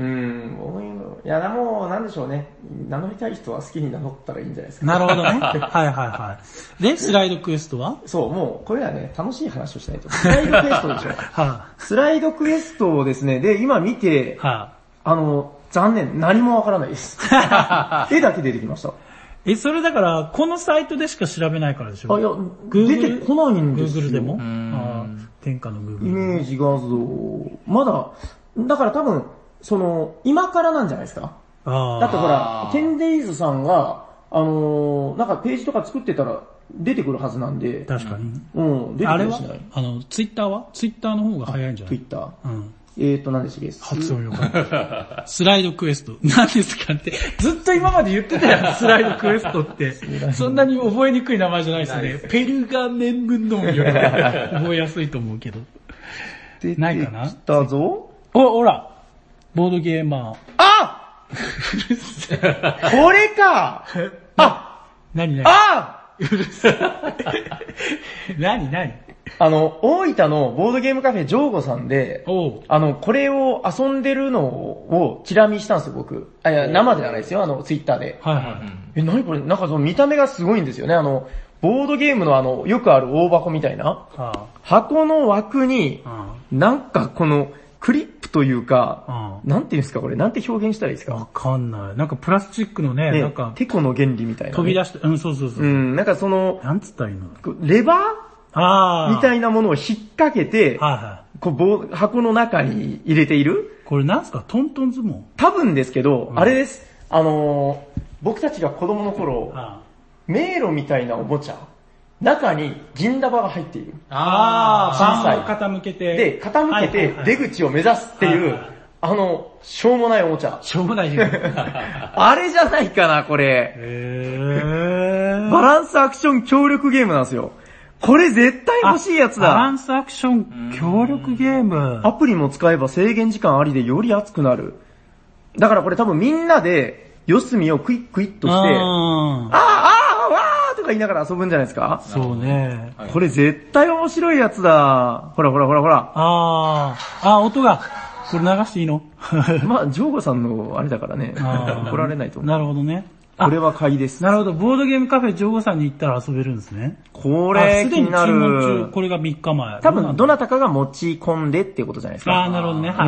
いや、もうなんでしょうね。名乗りたい人は好きに名乗ったらいいんじゃないですか。 なるほどね。はいはいはい。で、スライドクエストは？ そう、もうこれはね、楽しい話をしないと。スライドクエストでしょ。 はあ、 スライドクエストをですね、で、今見て、 はあ、あの、残念、何もわからないです。絵だけ出てきました。 え、それだから、このサイトでしか調べないからでしょ？ あ、いや、 Google、 出てこないんですよ。 Google でも？あ天下の Google。 イメージ画像。まだ、だから多分、その、今からなんじゃないですか。 あだってほら、テンデイズさんが、あのー、なんかページとか作ってたら出てくるはずなんで。 確かに。 うん、出てくるしない。 あれはあの、ツイッターはツイッターの方が早いんじゃない？ ツイッター。 うん。 えーと、何でしたっけ？ 発音よかった。スライドクエスト。何ですかって。ずっと今まで言ってたよ、スライドクエストって。そんなに覚えにくい名前じゃないですね。ペルガメンムノンより覚えやすいと思うけど。ないかな？ 来たぞ。 お、ほら。ボードゲーマー。 あこれかあ何何あうるさい。何何あの、大分のボードゲームカフェジョーゴさんで、あの、これを遊んでるのをチラ見したんですよ、僕。あ、いや、生ではないですよ、あの、ツイッターで。 はいはい。 え、何これなんかその見た目がすごいんですよね。あの、ボードゲームのあの、よくある大箱みたいな。はあ、箱の枠に、はあ、なんかこの、クリップというか、はあ、なんていうんですかこれ、なんて表現したらいいですか？ わかんない。なんかプラスチックのね、ねなんか。 テコの原理みたいな、ね。 飛び出して、うん、そうそうそう。 うん、なんかその、 なんつったらいいの？ レバーあみたいなものを引っ掛けて、はいはい、こう箱の中に入れている。 これなんすか？トントン相撲？ 多分ですけど、うん、あれです。あのー、僕たちが子供の頃、はあ、迷路みたいなおもちゃ中に銀ダバが入っている。 あー、 小さいパンを傾けて。 で、傾けて出口を目指すっていう、あの、しょうもないおもちゃ。 しょうもないあれじゃないかな、これ。 へー。 バランスアクション協力ゲームなんですよ。これ絶対欲しいやつだ。 バランスアクション協力ゲーム。 アプリも使えば制限時間ありでより熱くなる。だからこれ多分みんなで、四隅をクイックイッとして、あー、あー、あー、わーとか言いながら遊ぶんじゃないですか。 そうね。 これ絶対面白いやつだ。ほらほらほらほら。 あー、あー、音が。これ流していいのまあ、ジョーゴさんのあれだからね、怒られないと思う。 なるほどね。 これは買いです。 なるほど、ボードゲームカフェジョーゴさんに行ったら遊べるんですね。 これ気になる。 これがみっかまえ。 多分、どなたかが持ち込んでっていうことじゃないですか。 あー、なるほどね。はい。 うん。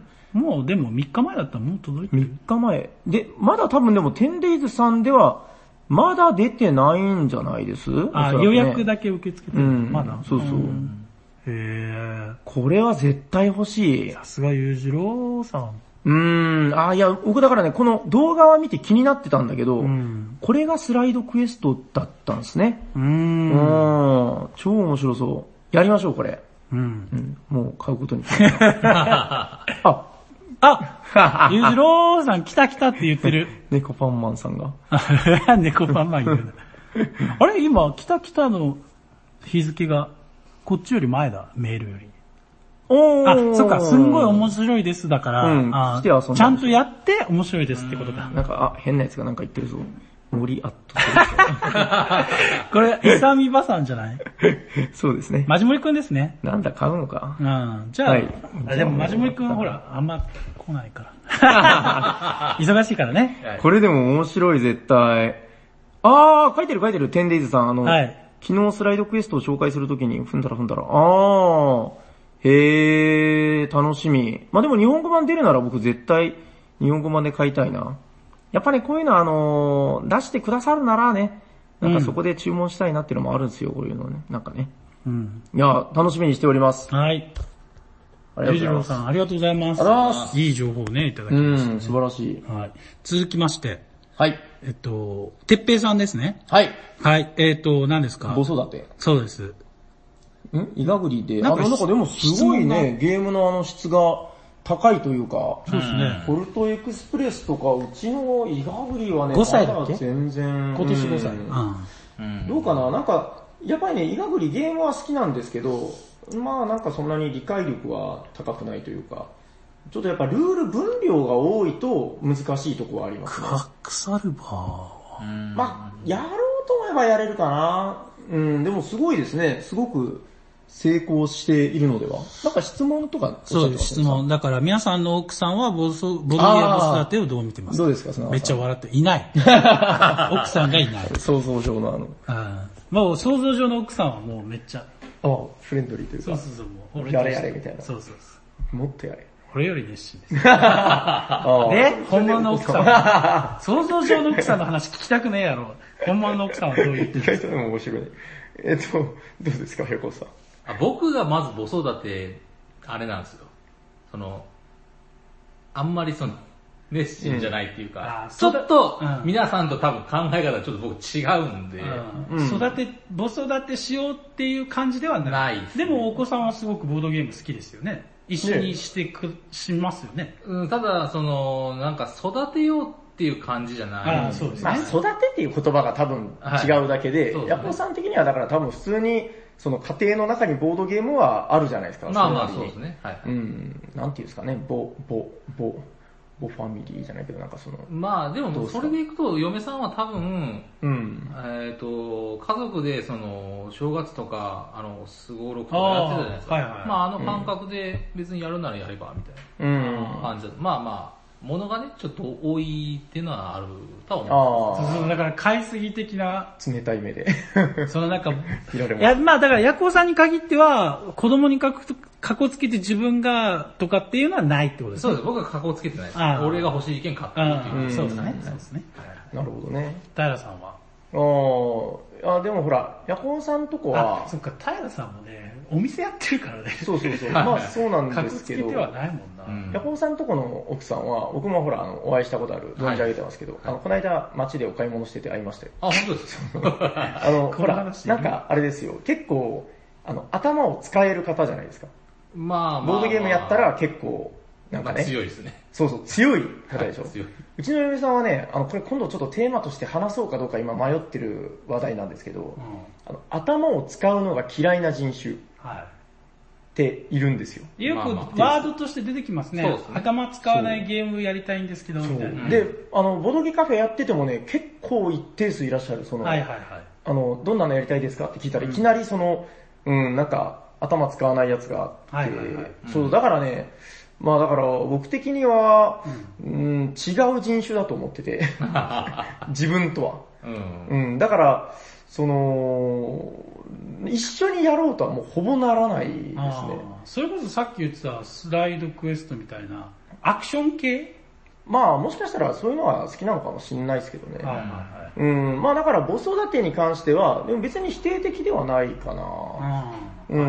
もうでもみっかまえだったらもう届いてる。 みっかまえ。で、まだ多分でも、テンデイズさんでは、まだ出てないんじゃないです？ あ、ね、予約だけ受け付けてる。うん、まだ。 そうそう。 うんへー。 これは絶対欲しい。 さすが裕次郎さん。 うーん。あ、いや、僕だからね、この動画は見て気になってたんだけど、うん、これがスライドクエストだったんですね。 うーん。 うん。超面白そう。やりましょう、これ。 うん。 うん、もう買うことに。あ、 あ裕次郎さん来た来たって言ってる。 猫パンマンさんが。 猫パンマン言うな。あれ今、来た来たの日付が、こっちより前だ、メールより。 おー。 あ、そっか、すんごい面白いですだから、 うん、 あ来て遊んでちゃんとやって面白いですってことだ。 なんか、あ、変なやつがなんか言ってるぞ。森アットこれ、イサミバさんじゃないそうですね。 マジモリくんですね。 なんだ、買うのか。 うん。じゃあ、 はい、 あでもマジモリくんはほら、あんま来ないから。忙しいからね。 これでも面白い、絶対。あー、書いてる書いてる、テンデイズさん。あの、はい、昨日スライドクエストを紹介するときに踏んだら踏んだら、あー、へー、楽しみ。まあ、でも日本語版出るなら僕絶対日本語版で買いたいな。やっぱりこういうのはあのー、出してくださるならね、なんかそこで注文したいなっていうのもあるんですよ、こういうのね。なんかね。うん。いや、楽しみにしております。 はい。ありがとうございます。さん、ありがとうございます。 ありがとうございます。 いい情報をね、いただきました、ね。 うん、素晴らしい。 はい。続きまして。 はい。 えっと、てっぺいさんですね。 はい。 はい。えっと、何ですか？ 子育て。 そうです。 んイガグリで、あの、なんかでもすごいね、ゲームのあの質が高いというか、 そうですね。 ポルトエクスプレスとか、うちのイガグリはね、 ごさいだっけ？ 全然。 今年ごさい。 うん。どうかななんか、やっぱりね、イガグリゲームは好きなんですけど、まあなんかそんなに理解力は高くないというか、ちょっとやっぱルール分量が多いと難しいところはありますね。 クワックサルバー。 まあ、やろうと思えばやれるかな。うん、でもすごいですね。すごく成功しているのでは。なんか質問とかそうです、質問。だから皆さんの奥さんはボソボドゲーム育てをどう見てますか？ どうですか、そのめっちゃ笑って、いない。奥さんがいない。 想像上のあの。 あもう想像上の奥さんはもうめっちゃ。 ああ、フレンドリーというか。 そうそうそう、もう。やれやれみたいな。 そうそうそう。もっとやれ。 俺より熱心です。で、本物の奥さんは、想像上の奥さんの話聞きたくねえやろ。本物の奥さんはどう言ってるんですか？ 意外とでも面白い。えっと、どうですか、横さん。 あ僕がまず母育て、あれなんですよ。その、あんまりその、熱心じゃないっていうか、うん、ちょっと、皆さんと多分考え方ちょっと僕違うんで、 うん、育て、母育てしようっていう感じではない。 ない、ね。 でもお子さんはすごくボードゲーム好きですよね。一緒にしてく、ね、しますよね。 うん、ただ、その、なんか育てようっていう感じじゃない。 あそうですね。 まあ、育てっていう言葉が多分違うだけで、ヤコ、はいね、さん的にはだから多分普通に、その家庭の中にボードゲームはあるじゃないですか。 まあまあそうですね。はい。 うん、なんていうんですかね、ボ、ボ、ボ、ボファミリーじゃないけどなんかその。 まあでもそれでいくと嫁さんは多分、うん、えっ、ー、と、家族でその正月とか、あの、すごろくとかやってたじゃないですか。はいはい、まああの感覚で別にやるならやればみたいな感じだ、うん、まあまあ、物がね、ちょっと多いっていうのはあるとは思います。 そうそう、だから買いすぎ的な。 冷たい目で。 そのなんか、いや、まあだからヤコウさんに限っては、子供にかく、かこつけて自分がとかっていうのはないってことですね。 そうです。僕はかこつけてないです。俺が欲しい意見買ってるっていう。 そうですね。そうですね。 なるほどね。 平さんはああ、でもほら、ヤコウさんとこは、 あ、そっか、平さんもね、お店やってるからね。 そうそうそう。まあそうなんですけど。 格付けではないもんな。うん、 ヤコウさんとこの奥さんは、僕もほら、あの、お会いしたことある、存じ上げてますけど、はい、あの、この間街でお買い物してて会いましたよ。 あ、本当ですかあの、ほら、なんかあれですよ、結構、あの、頭を使える方じゃないですか。 まあまあ、まあ。 ボードゲームやったら結構、なんかね。 まあ、強いですね。 そうそう、強い方でしょ。はい、 強い。 うちの嫁さんはね、あの、これ今度ちょっとテーマとして話そうかどうか今迷ってる話題なんですけど、うん、あの頭を使うのが嫌いな人種。はい。っているんですよ。 よくワードとして出てきますね。まあまあ、すね頭使わないゲームやりたいんですけど、みたいな。 で、あの、ボドゲカフェやっててもね、結構一定数いらっしゃる。その、はいはいはい。あの、どんなのやりたいですかって聞いたら、いきなりその、うん、なんか、頭使わないやつがあって、はいはいはい、そう、だからね、まあだから僕的には、うん、うん、違う人種だと思ってて、自分とは。うん、うん、だから、その、一緒にやろうとはもうほぼならないですね。 それこそさっき言ってたスライドクエストみたいな、アクション系まあもしかしたらそういうのは好きなのかもしれないですけどね。はいはいはい、うん、まあだから母育てに関しては、でも別に否定的ではないかな。うん、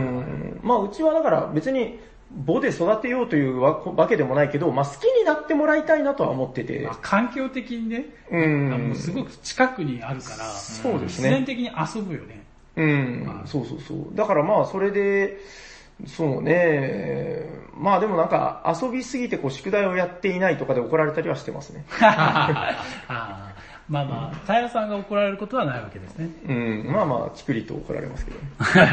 まあうちはだから別に母で育てようというわけでもないけど、まあ好きになってもらいたいなとは思ってて。まあ、 環境的にね、うん、もうすごく近くにあるから、 そうですね。 自然的に遊ぶよね。 うん、まあ、そうそうそう。だからまあそれで、そうね、まあでもなんか遊びすぎてこう宿題をやっていないとかで怒られたりはしてますね。 あまあまあ、平さんが怒られることはないわけですね。 うん、まあまあ、チクリと怒られますけど。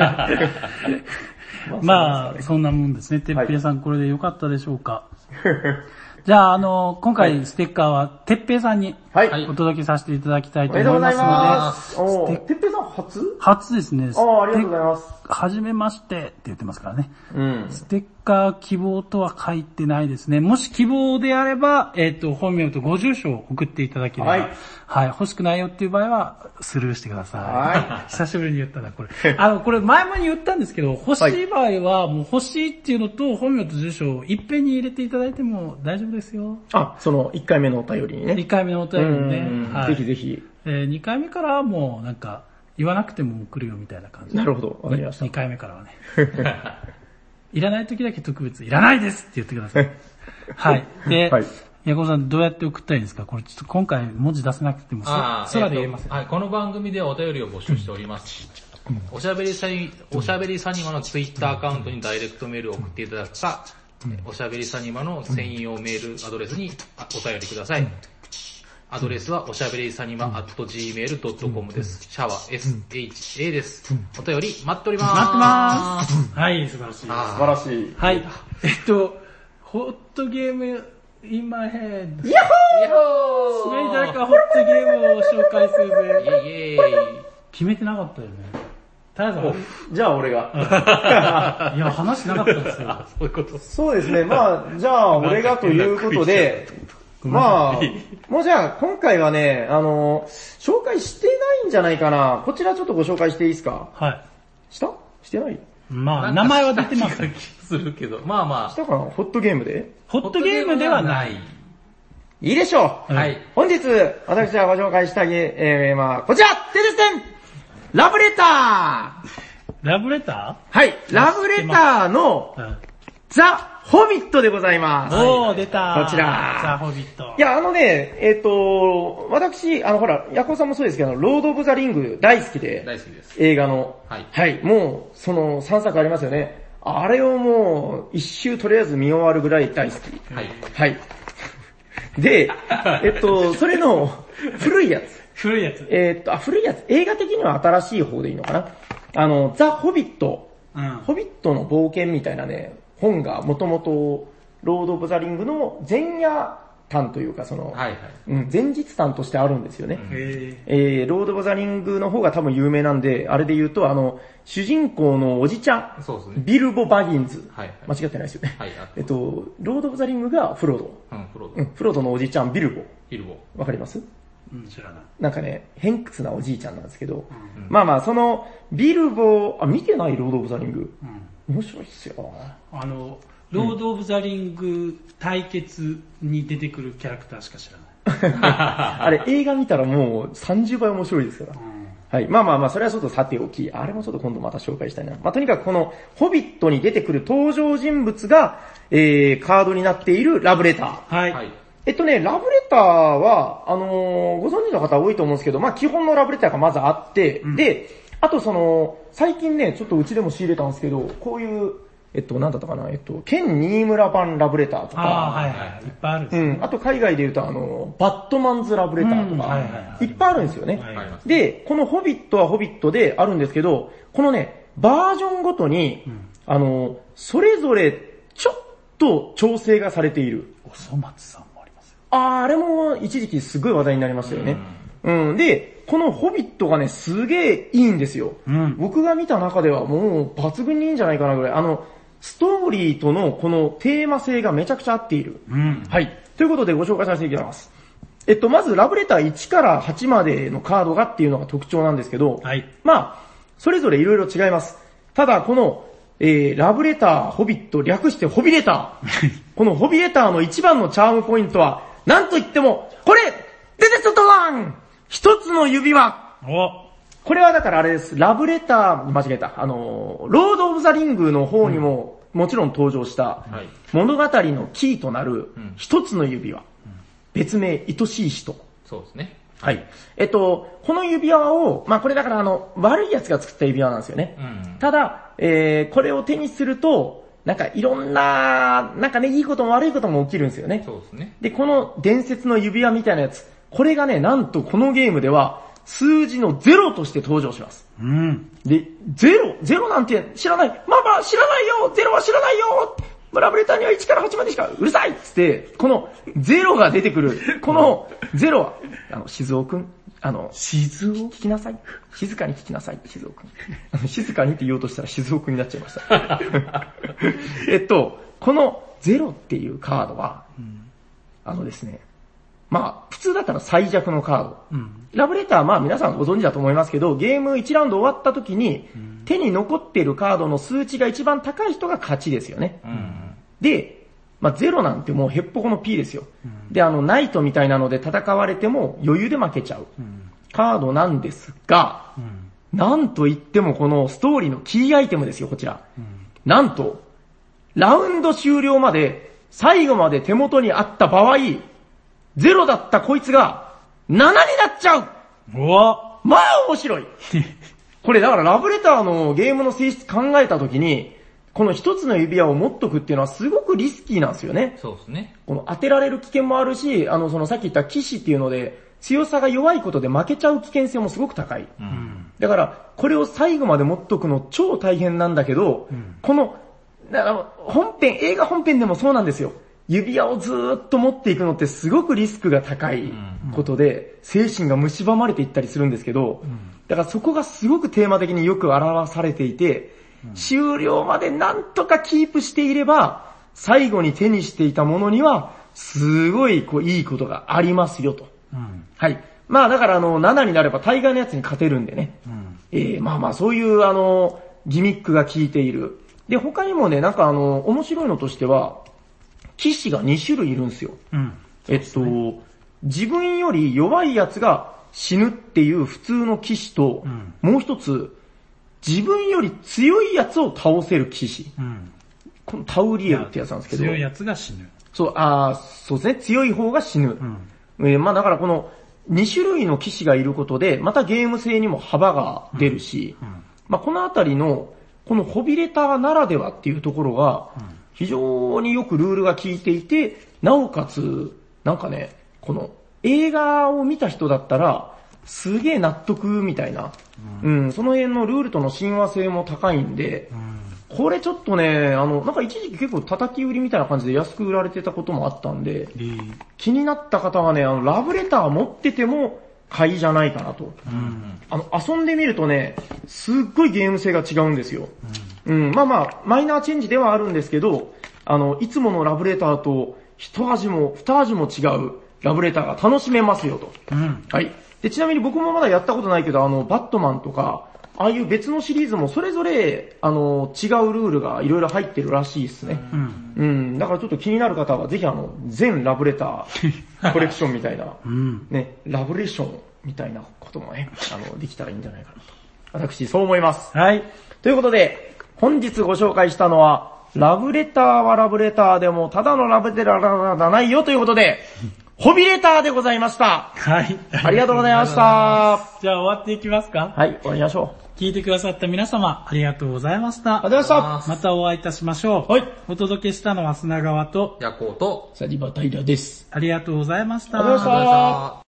まあ、そんなもんですね。てっぺいさん、これでよかったでしょうか。じゃあ、あの、今回ステッカーは、てっぺいさんにお届けさせていただきたいと思いますので。てっぺいさん初初ですね。 ああ、ありがとうございます。 はじめましてって言ってますからね。うん。ステッカー希望とは書いてないですね。もし希望であれば、えっと、本名とご住所を送っていただければ。はい。はい。欲しくないよっていう場合は、スルーしてください。はい。久しぶりに言ったな、これ。あの、これ前々に言ったんですけど、欲しい場合は、もう欲しいっていうのと、本名と住所をいっぺんに入れていただいても大丈夫ですよ。 あ、そのいっかいめのお便りにね。 いっかいめのお便りにね。 はい。ぜひぜひ。 えー、にかいめからはもう、なんか、言わなくても送るよみたいな感じ。 なるほど、わかりました。 にかいめからはね。いらない時だけ特別、いらないですって言ってください。はい。で、はい、ヤコウさんどうやって送ったらいいんですか？これちょっと今回文字出せなくても、空で言えます、 えーはい。この番組ではお便りを募集しております。うん、おしゃべりさに、おしゃべりサニマのツイッターアカウントにダイレクトメールを送っていただくか、うん、おしゃべりサニマの専用メールアドレスにお便りください。うん、アドレスはおしゃべりさにま at ジーメールドットコム です。シャワー エスエイチエー です。お便り待っております。 待ってます。はい、素晴らしい。素晴らしい。 はい。えっと、ホットゲーム in my head。 ヤッホー次に誰かホットゲームを紹介するぜ。 イェイイェイ。 決めてなかったよね。ただじゃあ俺が。 いや、話しなかったんですよ。 そういうこと。 そうですね。まあ、じゃあ俺がということで、まあ、もうじゃあ今回はね、あの、紹介してないんじゃないかな。こちらちょっとご紹介していいですか？ はい。 したしてない？ まあ、名前は出てます気するけど。まあまあ。 したかな？ホットゲームで？ ホットゲームではない。 いいでしょう。はい。本日、私がご紹介したい、えー、まあ、こちらでですねラブレターラブレターはい。ラブレターの、ザ・ホビットでございます。 おー、出たこちら。 ザ・ホビット。 いや、あのね、えっ、ー、と、私、あの、ほら、ヤコウさんもそうですけど、ロード・オブ・ザ・リング大好きで。 大好きです。 映画の。 はい。 はい。もう、そのさんさくありますよね。あれをもう、一周とりあえず見終わるぐらい大好き。 はい。 はい。で、えっと、それの、古いやつ。 古いやつ。 えー、っと、あ、古いやつ。映画的には新しい方でいいのかな。あの、ザ・ホビット。うん。ホビットの冒険みたいなね、本がもともと、ロード・オブ・ザ・リングの前夜譚というか、その、はいはい、うん、前日譚としてあるんですよね。へえー、ロード・オブ・ザ・リングの方が多分有名なんで、あれで言うと、あの、主人公のおじちゃん、そうですね、ビルボ・バギンズ、はいはい、間違ってないですよね。はい、えっと、ロード・オブ・ザ・リングがフロド。うん、フロド。うん、フロドのおじちゃん、ビルボ。 ビルボ。 わかります？ うん、知らない。 なんかね、偏屈なおじいちゃんなんですけど、うん、まあまあ、その、ビルボ、あ、見てないロード・オブ・ザ・リング。うん、面白いっすよ。 あの、ロード・オブ・ザ・リング対決に出てくるキャラクターしか知らない。 あれ映画見たらもうさんじゅうばい面白いですから。はい。まあまあまあ、それはちょっとさておき、あれもちょっと今度また紹介したいな。まあとにかくこの、ホビットに出てくる登場人物が、えー、カードになっているラブレター。 はい。 はい。 えっとね、ラブレターは、あのー、ご存知の方多いと思うんですけど、まあ基本のラブレターがまずあって、うん、で、あとその、最近ね、ちょっとうちでも仕入れたんですけど、こういう、えっと、なんだったかな、えっと、ケン新村版ラブレターとか、 あはいはい、いっぱいあるんですね。 うん。あと海外で言うと、あの、バットマンズラブレターとか、はいはいはい、いっぱいあるんですよね。はい、で、このホビットはホビットであるんですけど、このね、バージョンごとに、うん、あの、それぞれちょっと調整がされている。 おそ松さんもありますよ。 あー、あれも一時期すごい話題になりましたよね。うん、うん。で、このホビットがね、すげえいいんですよ。うん、僕が見た中ではもう抜群にいいんじゃないかなぐらい。あの、ストーリーとのこのテーマ性がめちゃくちゃ合っている。うん、はい。ということでご紹介させていただきます。えっと、まずラブレターいちからはちまでのカードがっていうのが特徴なんですけど、はい。まあ、それぞれいろいろ違います。ただ、この、えー、ラブレター、ホビット、略してホビレター。このホビレターの一番のチャームポイントは、なんといっても、これデデストワン一つの指輪おこれはだからあれです。ラブレター、間違えた。あの、ロード・オブ・ザ・リングの方にも、うん、もちろん登場した、物語のキーとなる、一つの指輪。うん、別名、愛しい人。 そうですね。 はい。えっと、この指輪を、まあこれだからあの、悪い奴が作った指輪なんですよね。うん、ただ、えー、これを手にすると、なんかいろんな、なんかね、いいことも悪いことも起きるんですよね。 そうですね。 で、この伝説の指輪みたいなやつ、これがね、なんとこのゲームでは、数字のゼロとして登場します。うん。で、ゼロゼロなんて知らないママ知らないよゼロは知らないよラブレターにはいちからはちまでしかうるさいっつって、このゼロが出てくる。このゼロは、あの、静雄くん。あの、静雄聞きなさい。静かに聞きなさい、静雄くん。あの静かにって言おうとしたら静雄くんになっちゃいました。えっと、このゼロっていうカードは、うん、あのですね、まあ、普通だったら最弱のカード。うん、ラブレターはまあ皆さんご存知だと思いますけど、ゲームいちラウンド終わった時に、うん、手に残っているカードの数値が一番高い人が勝ちですよね。うん、で、まあゼロなんてもうヘッポコの P ですよ。うん、で、あの、ナイトみたいなので戦われても余裕で負けちゃう。うん、カードなんですが、うん、なんといってもこのストーリーのキーアイテムですよ、こちら。うん、なんと、ラウンド終了まで、最後まで手元にあった場合、ゼロだったこいつが、ななになっちゃううわまあ面白いこれだからラブレターのゲームの性質考えたときに、この一つの指輪を持っとくっていうのはすごくリスキーなんですよね。 そうですね。 この当てられる危険もあるし、あのそのさっき言った騎士っていうので、強さが弱いことで負けちゃう危険性もすごく高い。うん、だから、これを最後まで持っとくの超大変なんだけど、うん、この、だから本編、映画本編でもそうなんですよ。指輪をずーっと持っていくのってすごくリスクが高いことで、精神が蝕まれていったりするんですけど、だからそこがすごくテーマ的によく表されていて、終了までなんとかキープしていれば、最後に手にしていたものには、すごいこういいことがありますよと。はい。まあだからあの、ななになれば大概のやつに勝てるんでね。えー、まあまあそういうあの、ギミックが効いている。で、他にもね、なんかあの、面白いのとしては、騎士がに種類いるんですよ。うん、えっと、ね、自分より弱いやつが死ぬっていう普通の騎士と、うん、もう一つ、自分より強いやつを倒せる騎士。うん、このタウリエルってやつなんですけど。 強いやつが死ぬ。 そう、あそうですね。強い方が死ぬ。うん、えー、まあだからこのに種類の騎士がいることで、またゲーム性にも幅が出るし、うんうん、まあこのあたりの、このホビレターならではっていうところが、うん非常によくルールが効いていて、なおかつ、なんかね、この映画を見た人だったら、すげえ納得みたいな、うん、うん、その辺のルールとの親和性も高いんで、うん、これちょっとね、あの、なんか一時期結構叩き売りみたいな感じで安く売られてたこともあったんで、うん、気になった方はね、あの、ラブレター持ってても買いじゃないかなと。うん、あの、遊んでみるとね、すっごいゲーム性が違うんですよ。うんうん、まあまあ、マイナーチェンジではあるんですけど、あの、いつものラブレターと一味も二味も違うラブレターが楽しめますよと。うん、はい。で、ちなみに僕もまだやったことないけど、あの、バットマンとか、 ああいう別のシリーズもそれぞれ、あの、違うルールがいろいろ入ってるらしいですね。うん。うん。だからちょっと気になる方はぜひあの、全ラブレターコレクションみたいな、うん、ね、ラブレーションみたいなこともね、あの、できたらいいんじゃないかなと。私、そう思います。 はい。 ということで、本日ご紹介したのは、ラブレターはラブレターでも、ただのラブレターじゃないよということで、ホビレターでございました。 はい。 ありがとうございました。 じゃあ終わっていきますか？ はい、終わりましょう。聞いてくださった皆様、ありがとうございました。 ありがとうございました。 またお会いいたしましょう。 はい。 お届けしたのは砂川と、 ヤコウと、 サリバタイラです。 ありがとうございました。 ありがとうございました。